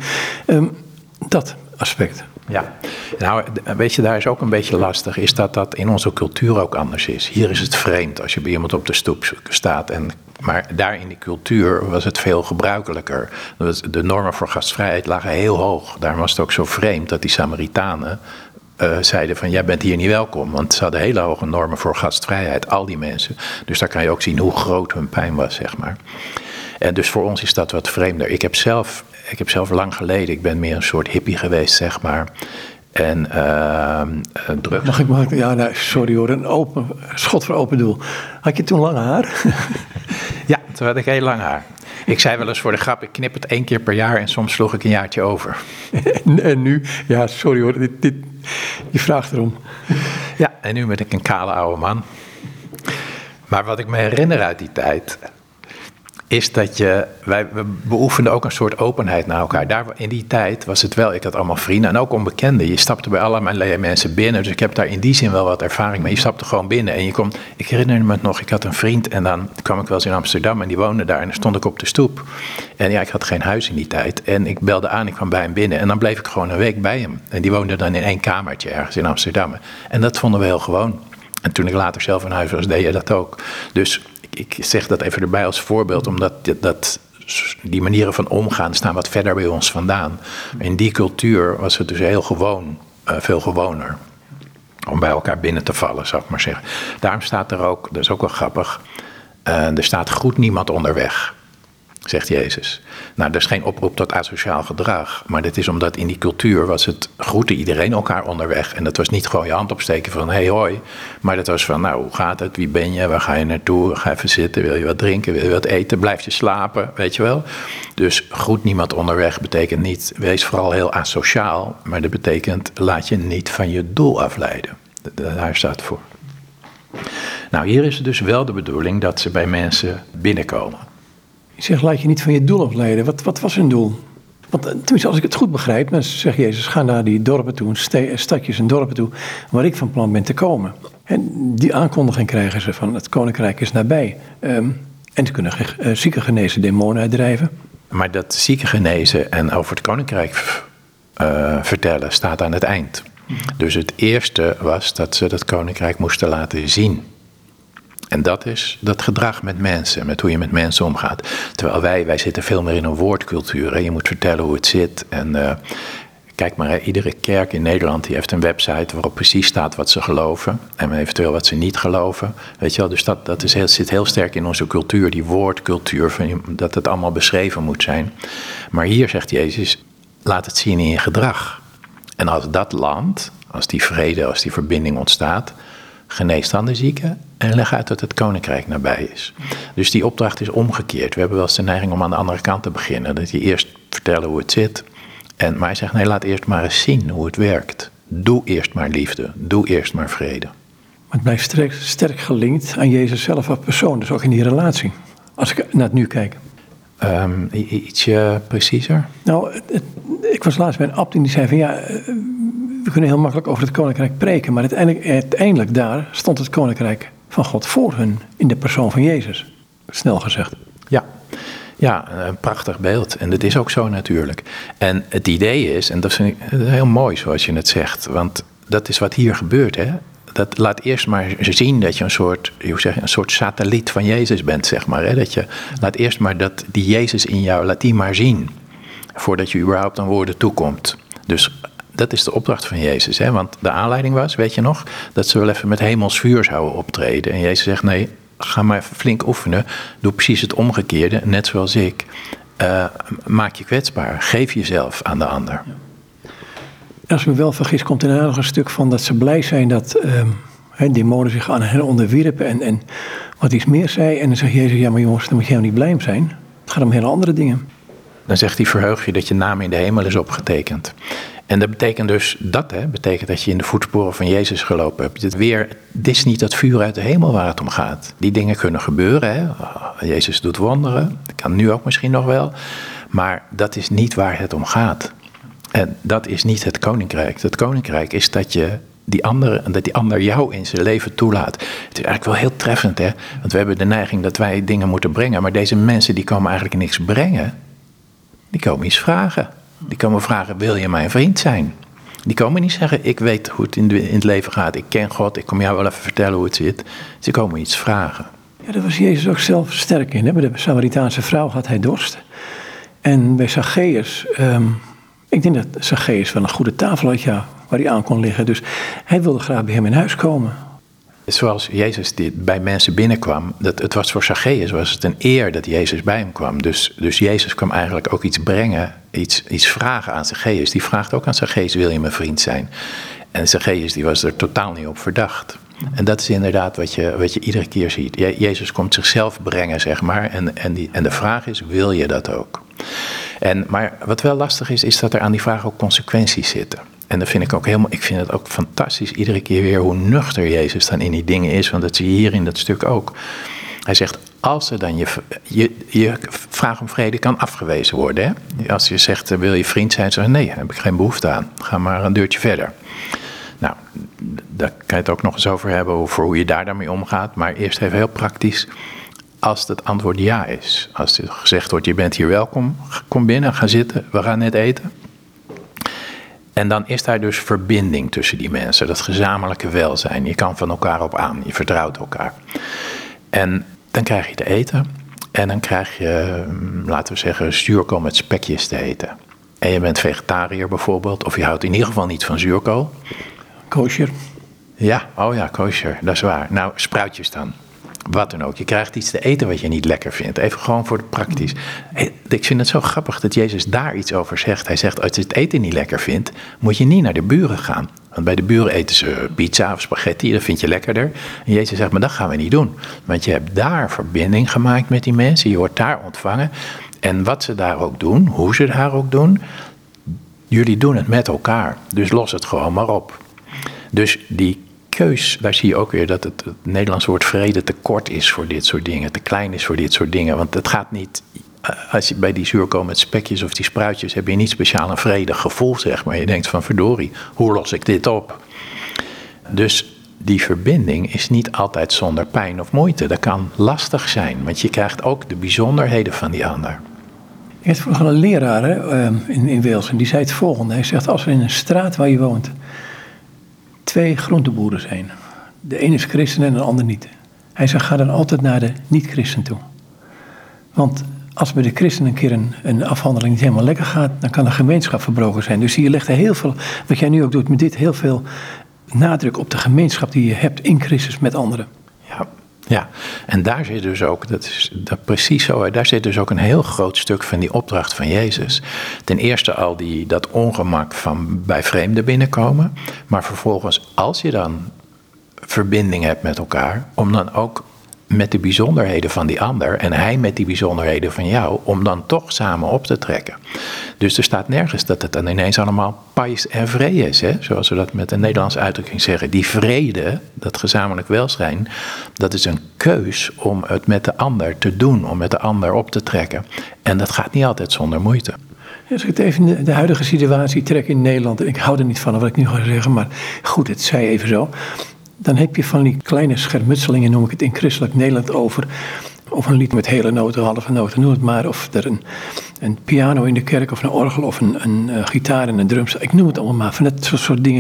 Dat aspect. Ja, nou weet je, daar is ook een beetje lastig, is dat in onze cultuur ook anders is. Hier is het vreemd als je bij iemand op de stoep staat. Maar daar in die cultuur was het veel gebruikelijker. De normen voor gastvrijheid lagen heel hoog. Daar was het ook zo vreemd dat die Samaritanen zeiden van jij bent hier niet welkom. Want ze hadden hele hoge normen voor gastvrijheid, al die mensen. Dus daar kan je ook zien hoe groot hun pijn was, zeg maar. En dus voor ons is dat wat vreemder. Ik heb zelf lang geleden, ik ben meer een soort hippie geweest, zeg maar. En drugs. Mag ik, ja, nou, sorry hoor, een schot voor open doel. Had je toen lang haar? Ja, toen had ik heel lang haar. Ik zei wel eens voor de grap, ik knip het 1 keer per jaar en soms sloeg ik een jaartje over. En nu? Ja, sorry hoor, je vraagt erom. Ja, en nu ben ik een kale oude man. Maar wat ik me herinner uit die tijd, is dat we beoefenden ook een soort openheid naar elkaar. In die tijd was het wel, ik had allemaal vrienden en ook onbekenden. Je stapte bij allerlei mensen binnen, dus ik heb daar in die zin wel wat ervaring mee. Je stapte gewoon binnen en ik herinner me het nog, ik had een vriend en dan kwam ik wel eens in Amsterdam en die woonde daar en dan stond ik op de stoep. En ja, ik had geen huis in die tijd en ik belde aan, ik kwam bij hem binnen en dan bleef ik gewoon een week bij hem. En die woonde dan in 1 kamertje ergens in Amsterdam. En dat vonden we heel gewoon. En toen ik later zelf in huis was, deed je dat ook. Dus ik zeg dat even erbij als voorbeeld, omdat die manieren van omgaan staan wat verder bij ons vandaan. In die cultuur was het dus heel gewoon, veel gewoner om bij elkaar binnen te vallen, zou ik maar zeggen. Daarom staat er ook, dat is ook wel grappig, er staat groet niemand onderweg, zegt Jezus. Nou, dat is geen oproep tot asociaal gedrag, maar dat is omdat in die cultuur was het groeten iedereen elkaar onderweg. En dat was niet gewoon je hand opsteken van hey hoi, maar dat was van nou, hoe gaat het, wie ben je, waar ga je naartoe, ga even zitten, wil je wat drinken, wil je wat eten, blijf je slapen, weet je wel. Dus groet niemand onderweg betekent niet, wees vooral heel asociaal, maar dat betekent laat je niet van je doel afleiden. Daar staat het voor. Nou, hier is het dus wel de bedoeling dat ze bij mensen binnenkomen. Je zegt, laat je niet van je doel afleiden. Wat was hun doel? Want tenminste, als ik het goed begrijp, dan zegt Jezus, ga naar die dorpen toe, stadjes en dorpen toe, waar ik van plan ben te komen. En die aankondiging krijgen ze van het koninkrijk is nabij. En ze kunnen zieken genezen, demonen uitdrijven. Maar dat zieken genezen en over het koninkrijk vertellen staat aan het eind. Dus het eerste was dat ze dat koninkrijk moesten laten zien. En dat is dat gedrag met mensen, met hoe je met mensen omgaat. Terwijl wij zitten veel meer in een woordcultuur. Hè? Je moet vertellen hoe het zit. En kijk maar, hè, iedere kerk in Nederland die heeft een website waarop precies staat wat ze geloven. En eventueel wat ze niet geloven. Weet je wel, dus dat zit heel sterk in onze cultuur, die woordcultuur, dat het allemaal beschreven moet zijn. Maar hier zegt Jezus, laat het zien in je gedrag. En als dat land, als die vrede, als die verbinding ontstaat, genees dan de zieken en leg uit dat het koninkrijk nabij is. Dus die opdracht is omgekeerd. We hebben wel eens de neiging om aan de andere kant te beginnen. Dat je eerst vertellen hoe het zit. Maar hij zegt, nee, laat eerst maar eens zien hoe het werkt. Doe eerst maar liefde. Doe eerst maar vrede. Maar het blijft sterk gelinkt aan Jezus zelf als persoon. Dus ook in die relatie. Als ik naar het nu kijk. Ietsje preciezer? Nou, ik was laatst bij een abt en die zei van ja, we kunnen heel makkelijk over het koninkrijk preken. Maar uiteindelijk daar stond het koninkrijk van God voor hun in de persoon van Jezus. Snel gezegd. Ja, een prachtig beeld. En dat is ook zo natuurlijk. En het idee is, en dat vind ik heel mooi zoals je het zegt, want dat is wat hier gebeurt, hè. Dat laat eerst maar zien dat je een soort satelliet van Jezus bent, zeg maar. Hè? Dat je laat eerst maar die Jezus in jou, laat die maar zien. Voordat je überhaupt aan woorden toekomt. Dus dat is de opdracht van Jezus. Hè? Want de aanleiding was, weet je nog, dat ze wel even met hemels vuur zouden optreden. En Jezus zegt, nee, ga maar even flink oefenen. Doe precies het omgekeerde, net zoals ik. Maak je kwetsbaar. Geef jezelf aan de ander. Ja. Als ik me wel vergis, komt er nog een stuk van dat ze blij zijn dat demonen zich aan hen onderwierpen en wat iets meer zei. En dan zegt Jezus, ja maar jongens, dan moet je helemaal niet blij om zijn. Het gaat om hele andere dingen. Dan zegt hij, verheug je dat je naam in de hemel is opgetekend. En dat betekent dus betekent dat je in de voetsporen van Jezus gelopen hebt. Het is niet dat vuur uit de hemel waar het om gaat. Die dingen kunnen gebeuren. Hè? Jezus doet wonderen. Dat kan nu ook misschien nog wel. Maar dat is niet waar het om gaat. En dat is niet het koninkrijk. Het koninkrijk is dat die ander jou in zijn leven toelaat. Het is eigenlijk wel heel treffend, hè? Want we hebben de neiging dat wij dingen moeten brengen. Maar deze mensen die komen eigenlijk niks brengen. Die komen iets vragen. Die komen vragen, wil je mijn vriend zijn? Die komen niet zeggen, ik weet hoe het in het leven gaat. Ik ken God, ik kom jou wel even vertellen hoe het zit. Ze komen iets vragen. Ja, daar was Jezus ook zelf sterk in. Hè? Bij de Samaritaanse vrouw had hij dorst. En bij Zacchaeus, ik denk dat Zacchaeus wel een goede tafel had, ja, waar hij aan kon liggen. Dus hij wilde graag bij hem in huis komen. Zoals Jezus bij mensen binnenkwam, het was voor Zacchaeus was het een eer dat Jezus bij hem kwam. Dus Jezus kwam eigenlijk ook iets brengen, iets vragen aan Zacchaeus. Die vraagt ook aan Zacchaeus, wil je mijn vriend zijn? En Zacchaeus die was er totaal niet op verdacht. En dat is inderdaad wat je iedere keer ziet. Jezus komt zichzelf brengen, zeg maar. En de vraag is, wil je dat ook? Maar wat wel lastig is dat er aan die vraag ook consequenties zitten. En dat vind ik ook ik vind het ook fantastisch iedere keer weer hoe nuchter Jezus dan in die dingen is. Want dat zie je hier in dat stuk ook. Hij zegt, als er dan je vraag om vrede kan afgewezen worden. Hè? Als je zegt, wil je vriend zijn? Zeg nee, daar heb ik geen behoefte aan. Ga maar een deurtje verder. Nou, daar kan je het ook nog eens over hebben, over hoe je daar dan mee omgaat. Maar eerst even heel praktisch, als het antwoord ja is. Als er gezegd wordt, je bent hier welkom, kom binnen, ga zitten, we gaan net eten. En dan is daar dus verbinding tussen die mensen, dat gezamenlijke welzijn. Je kan van elkaar op aan, je vertrouwt elkaar. En dan krijg je te eten en dan krijg je, laten we zeggen, zuurkool met spekjes te eten. En je bent vegetariër bijvoorbeeld, of je houdt in ieder geval niet van zuurkool. Kosher. Ja, oh ja, kosher, dat is waar. Nou, spruitjes dan. Wat dan ook. Je krijgt iets te eten wat je niet lekker vindt. Even gewoon voor de praktisch. Ik vind het zo grappig dat Jezus daar iets over zegt. Hij zegt, als je het eten niet lekker vindt, moet je niet naar de buren gaan. Want bij de buren eten ze pizza of spaghetti, dat vind je lekkerder. En Jezus zegt, maar dat gaan we niet doen. Want je hebt daar verbinding gemaakt met die mensen. Je wordt daar ontvangen. En wat ze daar ook doen, hoe ze daar ook doen, jullie doen het met elkaar. Dus los het gewoon maar op. Dus die keus, daar zie je ook weer dat het Nederlandse woord vrede te kort is voor dit soort dingen. Te klein is voor dit soort dingen. Want het gaat niet, als je bij die zuurkool met spekjes of die spruitjes, heb je niet speciaal een vredig gevoel, zeg maar. Je denkt van verdorie, hoe los ik dit op? Dus die verbinding is niet altijd zonder pijn of moeite. Dat kan lastig zijn, want je krijgt ook de bijzonderheden van die ander. Ik had vroeger een leraar in Wales en die zei het volgende. Hij zegt, als er in een straat waar je woont 2 groenteboeren zijn. De een is christen en de ander niet. Hij zegt, ga dan altijd naar de niet-christen toe. Want als bij de christen een keer een afhandeling niet helemaal lekker gaat, dan kan de gemeenschap verbroken zijn. Dus hier ligt er heel veel, wat jij nu ook doet met dit, heel veel nadruk op de gemeenschap die je hebt in Christus met anderen. Ja, en daar zit dus ook, dat precies zo, daar zit dus ook een heel groot stuk van die opdracht van Jezus. Ten eerste al dat ongemak van bij vreemden binnenkomen, maar vervolgens als je dan verbinding hebt met elkaar, om dan ook met de bijzonderheden van die ander en hij met die bijzonderheden van jou, om dan toch samen op te trekken. Dus er staat nergens dat het dan ineens allemaal pais en vrede is, hè? Zoals we dat met een Nederlandse uitdrukking zeggen. Die vrede, dat gezamenlijk welzijn, dat is een keus om het met de ander te doen, om met de ander op te trekken. En dat gaat niet altijd zonder moeite. Als ik het even de huidige situatie trek in Nederland, en ik hou er niet van wat ik nu ga zeggen, maar goed, het zij even zo. Dan heb je van die kleine schermutselingen, noem ik het in christelijk Nederland over. Of een lied met hele noten, halve noten, noem het maar. Of er een piano in de kerk, of een orgel, of een gitaar en een drumstel. Ik noem het allemaal maar. Van dat soort dingen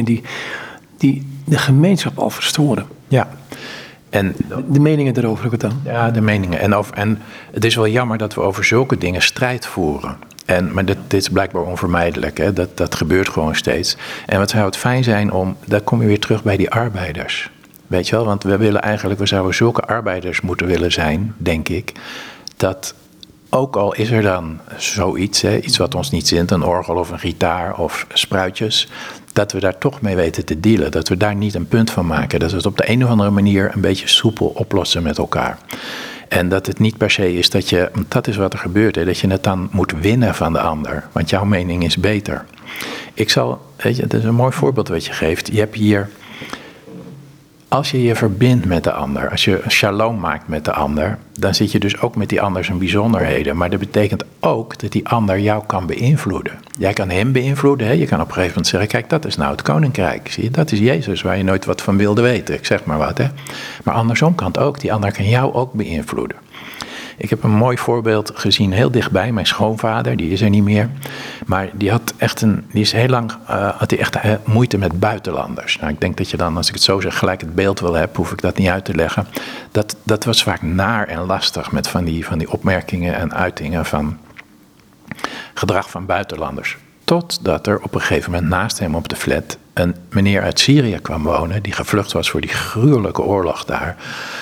die de gemeenschap al verstoren. Ja. En de meningen erover ook het dan. Ja, de meningen. En het is wel jammer dat we over zulke dingen strijd voeren. Maar dit is blijkbaar onvermijdelijk. Hè? Dat gebeurt gewoon steeds. En wat zou het fijn zijn daar kom je weer terug bij die arbeiders. Weet je wel, want we zouden zulke arbeiders moeten willen zijn, denk ik. Dat ook al is er dan zoiets, iets wat ons niet zint, een orgel of een gitaar of spruitjes, dat we daar toch mee weten te dealen. Dat we daar niet een punt van maken. Dat we het op de een of andere manier een beetje soepel oplossen met elkaar. En dat het niet per se is dat is wat er gebeurt, dat je het dan moet winnen van de ander. Want jouw mening is beter. Het is een mooi voorbeeld wat je geeft. Je hebt hier, Als je je verbindt met de ander, als je shalom maakt met de ander, dan zit je dus ook met die ander zijn bijzonderheden. Maar dat betekent ook dat die ander jou kan beïnvloeden. Jij kan hem beïnvloeden. Hè? Je kan op een gegeven moment zeggen, kijk, dat is nou het koninkrijk. Zie je, dat is Jezus, waar je nooit wat van wilde weten. Ik zeg maar wat. Hè? Maar andersom kan het ook. Die ander kan jou ook beïnvloeden. Ik heb een mooi voorbeeld gezien, heel dichtbij. Mijn schoonvader, die is er niet meer. Maar die had echt heel lang moeite met buitenlanders. Nou, ik denk dat je dan, als ik het zo zeg, gelijk het beeld wel hebt, hoef ik dat niet uit te leggen. Dat was vaak naar en lastig met van die opmerkingen en uitingen van gedrag van buitenlanders. Totdat er op een gegeven moment naast hem op de flat een meneer uit Syrië kwam wonen, die gevlucht was voor die gruwelijke oorlog daar.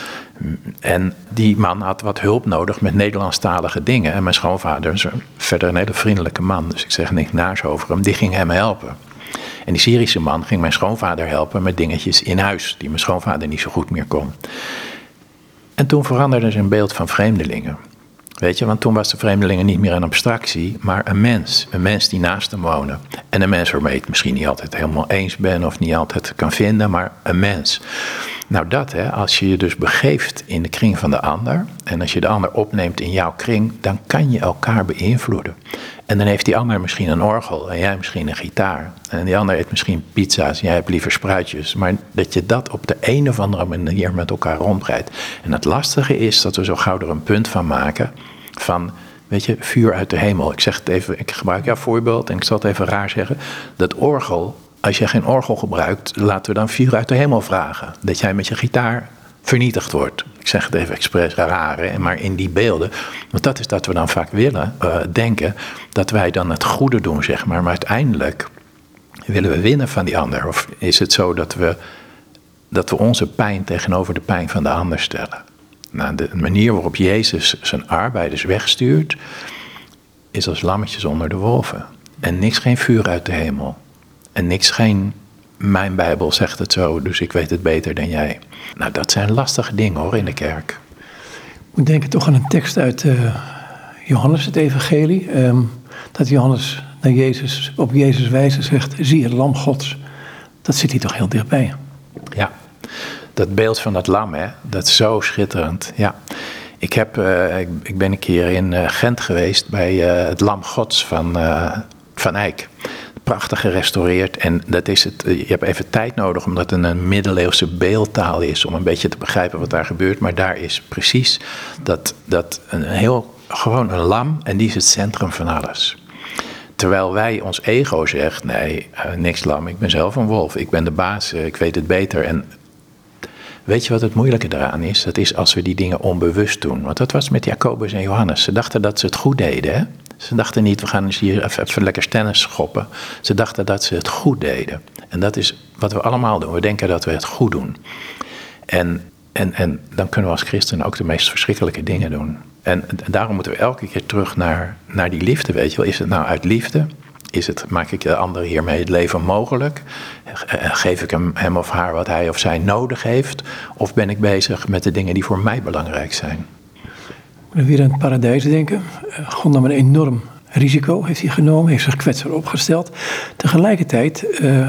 En die man had wat hulp nodig met Nederlandstalige dingen. En mijn schoonvader is verder een hele vriendelijke man, dus ik zeg niks naars over hem, die ging hem helpen. En die Syrische man ging mijn schoonvader helpen met dingetjes in huis, die mijn schoonvader niet zo goed meer kon. En toen veranderde zijn beeld van vreemdelingen. Weet je, want toen was de vreemdelingen niet meer een abstractie, maar een mens. Een mens die naast hem woonde. En een mens waarmee ik het misschien niet altijd helemaal eens ben of niet altijd kan vinden, maar een mens. Nou dat, hè, als je je dus begeeft in de kring van de ander, en als je de ander opneemt in jouw kring, dan kan je elkaar beïnvloeden. En dan heeft die ander misschien een orgel en jij misschien een gitaar. En die ander eet misschien pizza's en jij hebt liever spruitjes. Maar dat je dat op de een of andere manier met elkaar rondbreidt. En het lastige is dat we zo gauw er een punt van maken van, weet je, vuur uit de hemel. Ik zeg het even, ik gebruik jouw voorbeeld en ik zal het even raar zeggen. Dat orgel, als je geen orgel gebruikt, laten we dan vuur uit de hemel vragen. Dat jij met je gitaar vernietigd wordt. Ik zeg het even expres raar, hè, maar in die beelden. Want dat is dat we dan vaak willen denken, dat wij dan het goede doen, zeg maar. Maar uiteindelijk willen we winnen van die ander. Of is het zo dat we onze pijn tegenover de pijn van de ander stellen? Nou, de manier waarop Jezus zijn arbeiders wegstuurt, is als lammetjes onder de wolven. En niks geen vuur uit de hemel. En niks geen, mijn Bijbel zegt het zo, dus ik weet het beter dan jij. Nou, dat zijn lastige dingen hoor, in de kerk. Ik moet denken toch aan een tekst uit Johannes, het evangelie. Dat Johannes naar Jezus, op Jezus wijze zegt, zie het lam Gods. Dat zit hier toch heel dichtbij. Ja, dat beeld van dat lam, hè, dat is zo schitterend. Ja. Ik ben een keer in Gent geweest bij het lam Gods van Eyck. Prachtig gerestaureerd en dat is het. Je hebt even tijd nodig omdat het een middeleeuwse beeldtaal is om een beetje te begrijpen wat daar gebeurt. Maar daar is precies dat gewoon een lam en die is het centrum van alles. Terwijl wij ons ego zegt, nee, niks lam, ik ben zelf een wolf, ik ben de baas, ik weet het beter. En weet je wat het moeilijke eraan is? Dat is als we die dingen onbewust doen. Want dat was met Jacobus en Johannes. Ze dachten dat ze het goed deden, hè? Ze dachten niet, we gaan eens hier even lekker tennis schoppen. Ze dachten dat ze het goed deden. En dat is wat we allemaal doen. We denken dat we het goed doen. En dan kunnen we als christenen ook de meest verschrikkelijke dingen doen. En daarom moeten we elke keer terug naar die liefde, weet je wel. Is het nou uit liefde? Maak ik de ander hiermee het leven mogelijk? Geef ik hem of haar wat hij of zij nodig heeft? Of ben ik bezig met de dingen die voor mij belangrijk zijn? Weer aan het paradijs denken. God nam een enorm risico, heeft hij genomen, heeft zich kwetsbaar opgesteld. Tegelijkertijd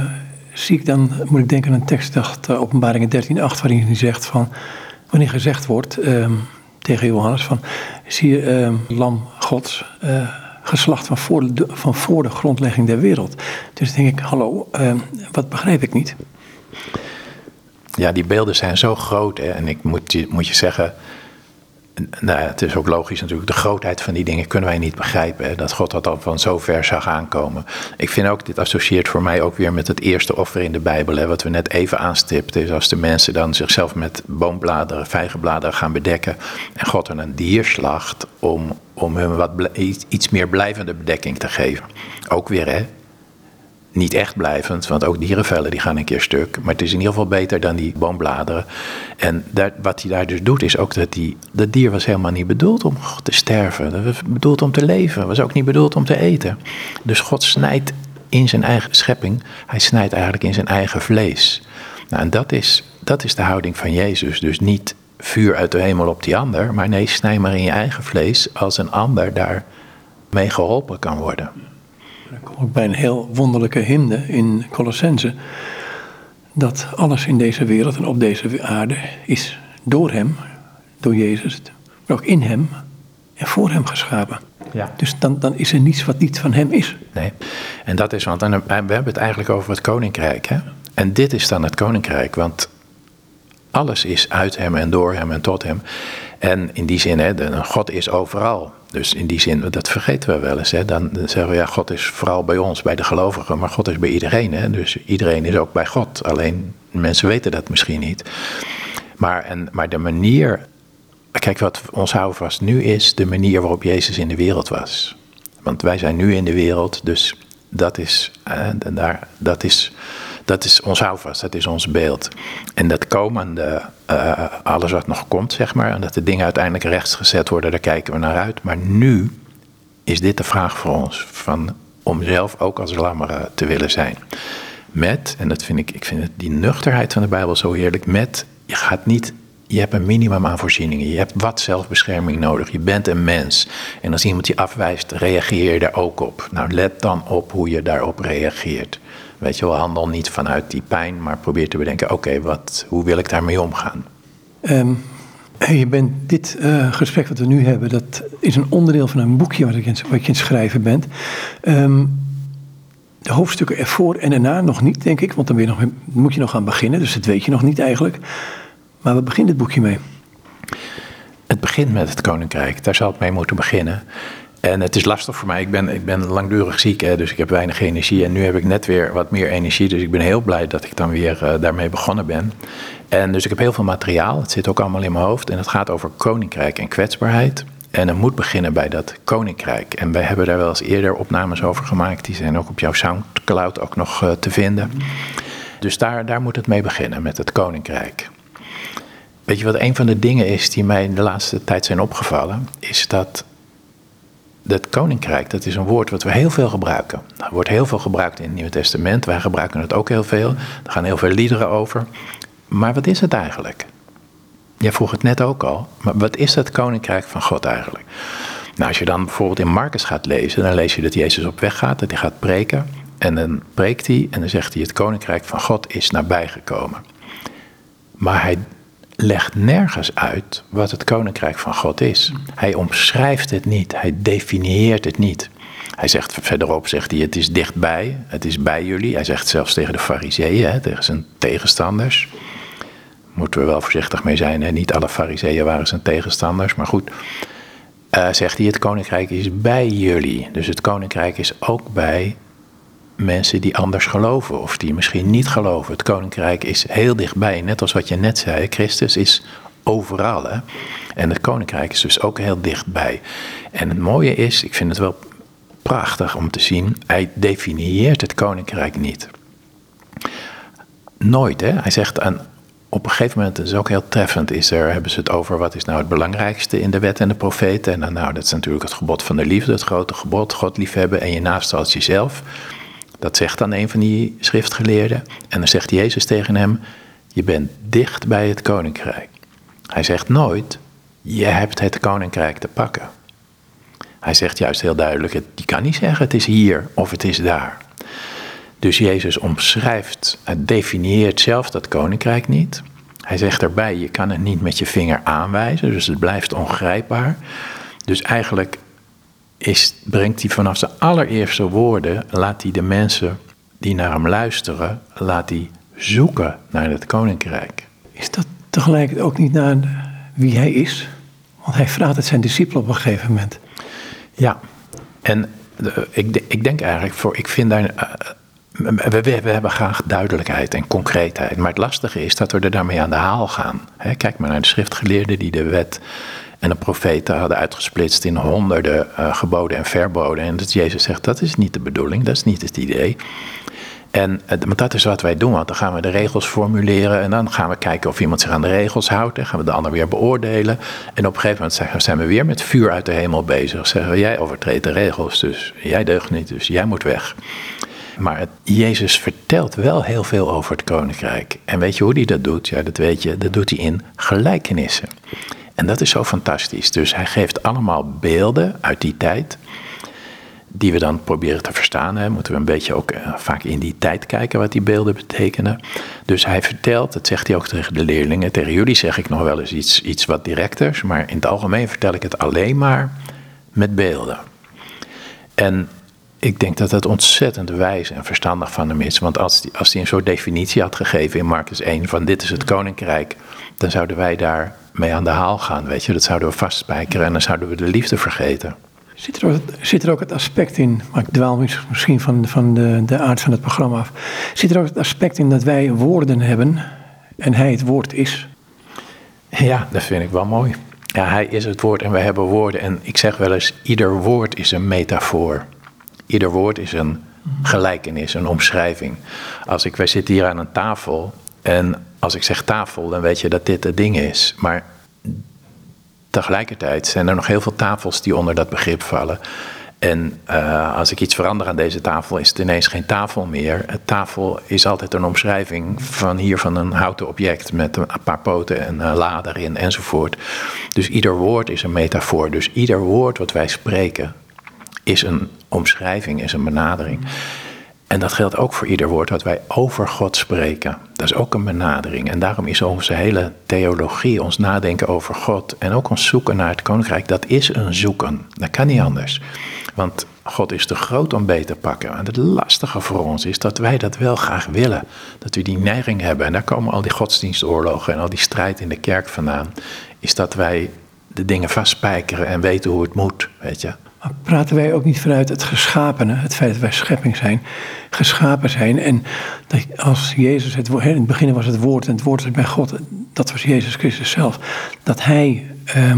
moet ik denken aan een tekst uit Openbaringen 13:8, waarin hij zegt van, wanneer gezegd wordt tegen Johannes van, zie je lam Gods, geslacht van voor de grondlegging der wereld. Dus denk ik, hallo, wat begrijp ik niet? Ja, die beelden zijn zo groot, hè, en ik moet je zeggen, nou, het is ook logisch natuurlijk, de grootheid van die dingen kunnen wij niet begrijpen. Hè, dat God dat al van zo ver zag aankomen. Ik vind ook, dit associeert voor mij ook weer met het eerste offer in de Bijbel. Hè, wat we net even aanstipten. Is als de mensen dan zichzelf met boombladeren, vijgenbladeren gaan bedekken. En God dan een dier slacht om hun iets meer blijvende bedekking te geven. Ook weer, hè. Niet echt blijvend, want ook dierenvellen die gaan een keer stuk. Maar het is in ieder geval beter dan die boombladeren. En wat hij daar dus doet is ook dat dier was helemaal niet bedoeld om te sterven. Dat was bedoeld om te leven. Dat was ook niet bedoeld om te eten. Dus God snijdt in zijn eigen schepping. Hij snijdt eigenlijk in zijn eigen vlees. Nou, en dat is de houding van Jezus. Dus niet vuur uit de hemel op die ander. Maar nee, snij maar in je eigen vlees als een ander daarmee geholpen kan worden. Dan kom ik bij een heel wonderlijke hymne in Colossense. dat alles in deze wereld en op deze aarde is door hem, door Jezus, maar ook in hem en voor hem geschapen. Ja. Dus dan is er niets wat niet van hem is. Nee, en dat is, want we hebben het eigenlijk over het koninkrijk. Hè? En dit is dan het koninkrijk, want alles is uit hem en door hem en tot hem. En in die zin, God is overal. Dus in die zin, dat vergeten we wel eens. Hè? Dan zeggen we, ja, God is vooral bij ons, bij de gelovigen, maar God is bij iedereen. Hè? Dus iedereen is ook bij God. Alleen mensen weten dat misschien niet. Maar de manier, kijk, wat ons houvast nu is, de manier waarop Jezus in de wereld was. Want wij zijn nu in de wereld, dus dat is ons houvast, dat is ons beeld. En dat komende, alles wat nog komt, zeg maar, en dat de dingen uiteindelijk rechtgezet worden, daar kijken we naar uit. Maar nu is dit de vraag voor ons, om zelf ook als lammeren te willen zijn. En dat vind ik vind die nuchterheid van de Bijbel zo heerlijk, je hebt een minimum aan voorzieningen. Je hebt wat zelfbescherming nodig. Je bent een mens. En als iemand je afwijst, reageer je daar ook op. Nou, let dan op hoe je daarop reageert. Weet je wel, handel niet vanuit die pijn, maar probeer te bedenken, oké, hoe wil ik daarmee omgaan? Dit gesprek wat we nu hebben, dat is een onderdeel van een boekje wat je in het schrijven bent. De hoofdstukken ervoor en erna nog niet, denk ik, want dan moet je nog gaan beginnen, dus dat weet je nog niet eigenlijk. Maar waar begint het boekje mee? Het begint met het koninkrijk, daar zal het mee moeten beginnen. En het is lastig voor mij, ik ben langdurig ziek, dus ik heb weinig energie. En nu heb ik net weer wat meer energie, dus ik ben heel blij dat ik dan weer daarmee begonnen ben. En dus ik heb heel veel materiaal, het zit ook allemaal in mijn hoofd. En het gaat over koninkrijk en kwetsbaarheid. En het moet beginnen bij dat koninkrijk. En wij hebben daar wel eens eerder opnames over gemaakt, die zijn ook op jouw Soundcloud ook nog te vinden. Dus daar moet het mee beginnen, met het koninkrijk. Weet je wat een van de dingen is die mij in de laatste tijd zijn opgevallen, is dat koninkrijk, dat is een woord wat we heel veel gebruiken. Er wordt heel veel gebruikt in het Nieuwe Testament. Wij gebruiken het ook heel veel. Er gaan heel veel liederen over. Maar wat is het eigenlijk? Jij vroeg het net ook al. Maar wat is het koninkrijk van God eigenlijk? Nou, als je dan bijvoorbeeld in Marcus gaat lezen, dan lees je dat Jezus op weg gaat, dat hij gaat preken. En dan preekt hij en dan zegt hij, het koninkrijk van God is nabijgekomen. Maar hij legt nergens uit wat het koninkrijk van God is. Hij omschrijft het niet, hij definieert het niet. Hij zegt verderop, het is dichtbij, het is bij jullie. Hij zegt zelfs tegen de Farizeeën, tegen zijn tegenstanders. Moeten we wel voorzichtig mee zijn, hè? Niet alle Farizeeën waren zijn tegenstanders, maar goed. Zegt hij, het koninkrijk is bij jullie. Dus het koninkrijk is ook bij mensen die anders geloven of die misschien niet geloven. Het koninkrijk is heel dichtbij, net als wat je net zei. Christus is overal, hè? En het koninkrijk is dus ook heel dichtbij. En het mooie is, ik vind het wel prachtig om te zien, hij definieert het koninkrijk niet. Nooit, hè? Hij zegt op een gegeven moment, dat is ook heel treffend, hebben ze het over wat is nou het belangrijkste in de wet en de profeten. En dan, dat is natuurlijk het gebod van de liefde, het grote gebod, God liefhebben en je naaste als jezelf. Dat zegt dan een van die schriftgeleerden. En dan zegt Jezus tegen hem, je bent dicht bij het koninkrijk. Hij zegt nooit, je hebt het koninkrijk te pakken. Hij zegt juist heel duidelijk, je kan niet zeggen het is hier of het is daar. Dus Jezus omschrijft, het definieert zelf dat koninkrijk niet. Hij zegt erbij, je kan het niet met je vinger aanwijzen, dus het blijft ongrijpbaar. Dus eigenlijk brengt hij vanaf zijn allereerste woorden, laat hij de mensen die naar hem luisteren, laat hij zoeken naar het koninkrijk. Is dat tegelijk ook niet naar wie hij is? Want hij vraagt het zijn discipelen op een gegeven moment. Ja, en ik denk eigenlijk, we hebben graag duidelijkheid en concreetheid. Maar het lastige is dat we er daarmee aan de haal gaan. Kijk maar naar de schriftgeleerden die de wet en de profeten hadden uitgesplitst in honderden geboden en verboden. En dat Jezus zegt, dat is niet de bedoeling, dat is niet het idee. Maar dat is wat wij doen, want dan gaan we de regels formuleren en dan gaan we kijken of iemand zich aan de regels houdt. Dan gaan we de ander weer beoordelen. En op een gegeven moment zijn we weer met vuur uit de hemel bezig. Zeggen we, jij overtreedt de regels, dus jij deugt niet, dus jij moet weg. Maar Jezus vertelt wel heel veel over het koninkrijk. En weet je hoe hij dat doet? Ja, dat weet je, dat doet hij in gelijkenissen. En dat is zo fantastisch. Dus hij geeft allemaal beelden uit die tijd die we dan proberen te verstaan. Hè, moeten we een beetje ook vaak in die tijd kijken wat die beelden betekenen. Dus hij vertelt, dat zegt hij ook tegen de leerlingen. Tegen jullie zeg ik nog wel eens iets wat directers, maar in het algemeen vertel ik het alleen maar met beelden. En ik denk dat het ontzettend wijs en verstandig van hem is. Want als hij een soort definitie had gegeven in Marcus 1 van dit is het koninkrijk, dan zouden wij daar mee aan de haal gaan, weet je. Dat zouden we vastspijkeren en dan zouden we de liefde vergeten. Zit er ook het aspect in, maar ik dwaal misschien van de aard van het programma af. Zit er ook het aspect in dat wij woorden hebben en hij het woord is? Ja, dat vind ik wel mooi. Ja, hij is het woord en wij hebben woorden. En ik zeg wel eens, ieder woord is een metafoor. Ieder woord is een gelijkenis, een omschrijving. Wij zitten hier aan een tafel en als ik zeg tafel, dan weet je dat dit het ding is. Maar tegelijkertijd zijn er nog heel veel tafels die onder dat begrip vallen. En als ik iets verander aan deze tafel, is het ineens geen tafel meer. Een tafel is altijd een omschrijving van een houten object met een paar poten en een la erin enzovoort. Dus ieder woord is een metafoor. Dus ieder woord wat wij spreken is een omschrijving, is een benadering. En dat geldt ook voor ieder woord wat wij over God spreken. Dat is ook een benadering. En daarom is onze hele theologie, ons nadenken over God en ook ons zoeken naar het koninkrijk, dat is een zoeken. Dat kan niet anders. Want God is te groot om beet te pakken. En het lastige voor ons is dat wij dat wel graag willen. Dat we die neiging hebben. En daar komen al die godsdienstoorlogen en al die strijd in de kerk vandaan. Is dat wij de dingen vastspijkeren en weten hoe het moet, weet je. Maar praten wij ook niet vanuit het geschapene, het feit dat wij schepping zijn, geschapen zijn. En dat als Jezus, in het begin was het woord en het woord is bij God, dat was Jezus Christus zelf. Dat hij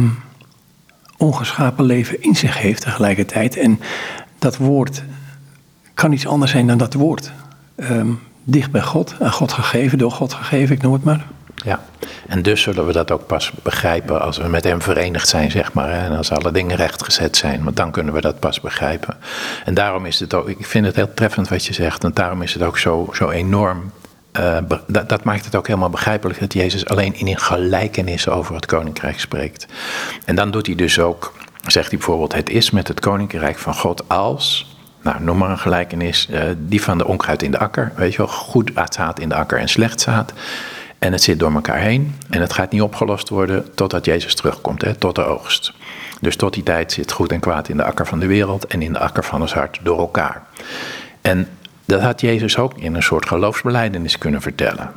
ongeschapen leven in zich heeft tegelijkertijd. En dat woord kan iets anders zijn dan dat woord. Dicht bij God, aan God gegeven, door God gegeven, ik noem het maar. Ja, en dus zullen we dat ook pas begrijpen als we met hem verenigd zijn, zeg maar. Hè? En als alle dingen rechtgezet zijn, want dan kunnen we dat pas begrijpen. En daarom is het ook, ik vind het heel treffend wat je zegt, en daarom is het ook zo enorm. Dat maakt het ook helemaal begrijpelijk dat Jezus alleen in gelijkenissen over het koninkrijk spreekt. En dan doet hij dus ook, zegt hij bijvoorbeeld, het is met het koninkrijk van God als, nou noem maar een gelijkenis, die van de onkruid in de akker, weet je wel, goed zaad in de akker en slecht zaad. En het zit door elkaar heen en het gaat niet opgelost worden totdat Jezus terugkomt, hè, tot de oogst. Dus tot die tijd zit goed en kwaad in de akker van de wereld en in de akker van ons hart door elkaar. En dat had Jezus ook in een soort geloofsbelijdenis kunnen vertellen.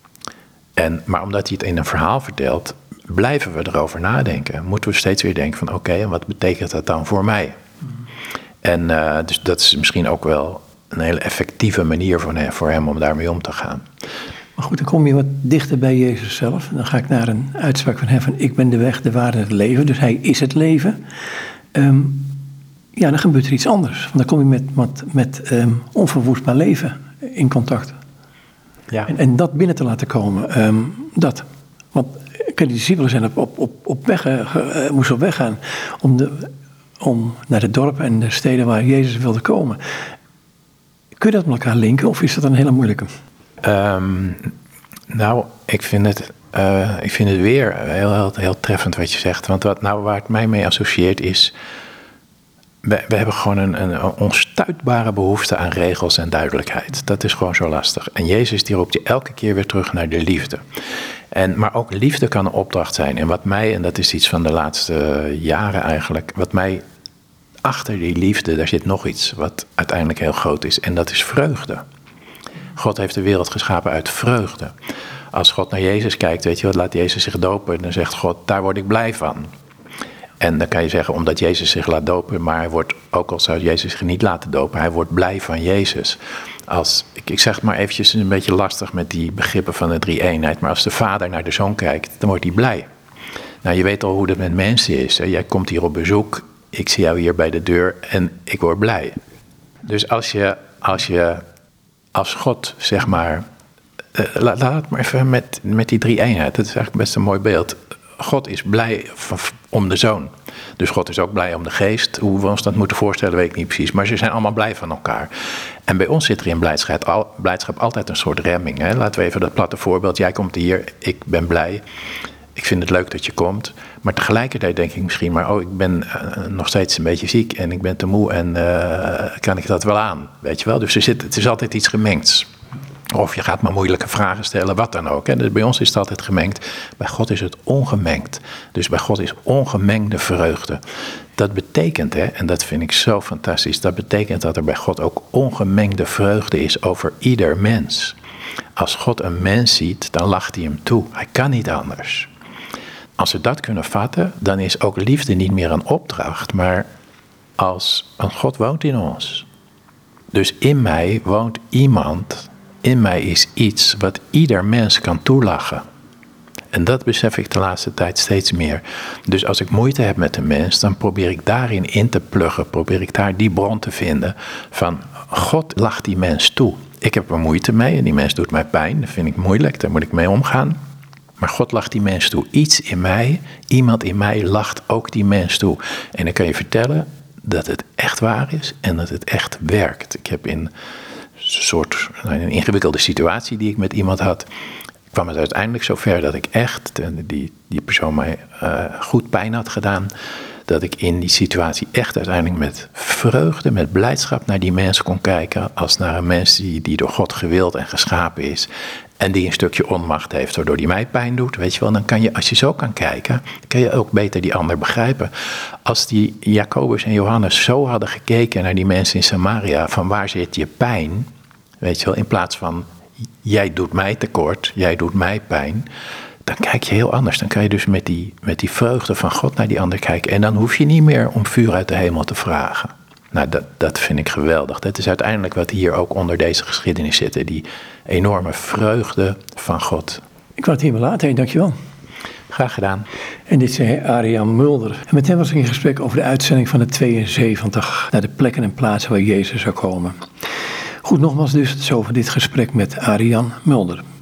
Maar omdat hij het in een verhaal vertelt, blijven we erover nadenken. Moeten we steeds weer denken van oké, en wat betekent dat dan voor mij? En dus dat is misschien ook wel een hele effectieve manier voor hem om daarmee om te gaan. Maar goed, dan kom je wat dichter bij Jezus zelf. Dan ga ik naar een uitspraak van hem van ik ben de weg, de waarheid en het leven. Dus hij is het leven. Dan gebeurt er iets anders. Want dan kom je met onverwoestbaar leven in contact. Ja. En dat binnen te laten komen. Want die discipelen zijn op weg, moesten op weg gaan om naar de dorpen en de steden waar Jezus wilde komen. Kun je dat met elkaar linken of is dat een hele moeilijke? Ik vind het weer heel treffend wat je zegt. Want waar het mij mee associeert is, we hebben gewoon een onstuitbare behoefte aan regels en duidelijkheid. Dat is gewoon zo lastig. En Jezus die roept je elke keer weer terug naar de liefde. Maar ook liefde kan een opdracht zijn. En wat mij, en dat is iets van de laatste jaren eigenlijk, wat mij achter die liefde, daar zit nog iets wat uiteindelijk heel groot is. En dat is vreugde. God heeft de wereld geschapen uit vreugde. Als God naar Jezus kijkt, weet je wat, laat Jezus zich dopen. Dan zegt God, daar word ik blij van. En dan kan je zeggen, omdat Jezus zich laat dopen, maar hij wordt, ook al zou Jezus zich niet laten dopen, hij wordt blij van Jezus. Ik zeg maar eventjes, een beetje lastig met die begrippen van de drie-eenheid, maar als de vader naar de zoon kijkt, dan wordt hij blij. Nou, je weet al hoe dat met mensen is. Hè? Jij komt hier op bezoek, ik zie jou hier bij de deur en ik word blij. Dus als God, zeg maar, laat het maar even met die drie-eenheid, dat is eigenlijk best een mooi beeld. God is blij om de zoon. Dus God is ook blij om de geest. Hoe we ons dat moeten voorstellen, weet ik niet precies. Maar ze zijn allemaal blij van elkaar. En bij ons zit er in blijdschap altijd een soort remming. Hè? Laten we even dat platte voorbeeld. Jij komt hier, ik ben blij. ik vind het leuk dat je komt. Maar tegelijkertijd denk ik misschien maar, ik ben nog steeds een beetje ziek en ik ben te moe en kan ik dat wel aan, weet je wel. Dus het is altijd iets gemengds. Of je gaat maar moeilijke vragen stellen, wat dan ook. Hè. Dus bij ons is het altijd gemengd. Bij God is het ongemengd. Dus bij God is ongemengde vreugde. Dat betekent, en dat vind ik zo fantastisch, dat betekent dat er bij God ook ongemengde vreugde is over ieder mens. Als God een mens ziet, dan lacht hij hem toe. Hij kan niet anders. Als we dat kunnen vatten, dan is ook liefde niet meer een opdracht, maar als God woont in ons. Dus in mij woont iemand, in mij is iets wat ieder mens kan toelachen. En dat besef ik de laatste tijd steeds meer. Dus als ik moeite heb met een mens, dan probeer ik daarin in te pluggen, probeer ik daar die bron te vinden van God lacht die mens toe. Ik heb er moeite mee en die mens doet mij pijn, dat vind ik moeilijk, daar moet ik mee omgaan. Maar God lacht die mens toe. Iets in mij, iemand in mij lacht ook die mens toe. En dan kan je vertellen dat het echt waar is en dat het echt werkt. Ik heb in een ingewikkelde situatie die ik met iemand had, kwam het uiteindelijk zover dat ik echt, die persoon mij goed pijn had gedaan, dat ik in die situatie echt uiteindelijk met vreugde, met blijdschap naar die mens kon kijken, als naar een mens die door God gewild en geschapen is en die een stukje onmacht heeft, waardoor die mij pijn doet, weet je wel, dan kan je, als je zo kan kijken, kan je ook beter die ander begrijpen. Als die Jacobus en Johannes zo hadden gekeken naar die mensen in Samaria, van waar zit je pijn, weet je wel, in plaats van jij doet mij tekort, jij doet mij pijn, dan kijk je heel anders. Dan kan je dus met die vreugde van God naar die ander kijken. En dan hoef je niet meer om vuur uit de hemel te vragen. Nou, dat vind ik geweldig. Dat is uiteindelijk wat hier ook onder deze geschiedenis zit. Die enorme vreugde van God. Ik wou het hierbij laten. Dankjewel. Graag gedaan. En dit zei Arian Mulder. En met hem was ik in gesprek over de uitzending van de 72 naar de plekken en plaatsen waar Jezus zou komen. Goed, nogmaals dus, zo over dit gesprek met Arian Mulder.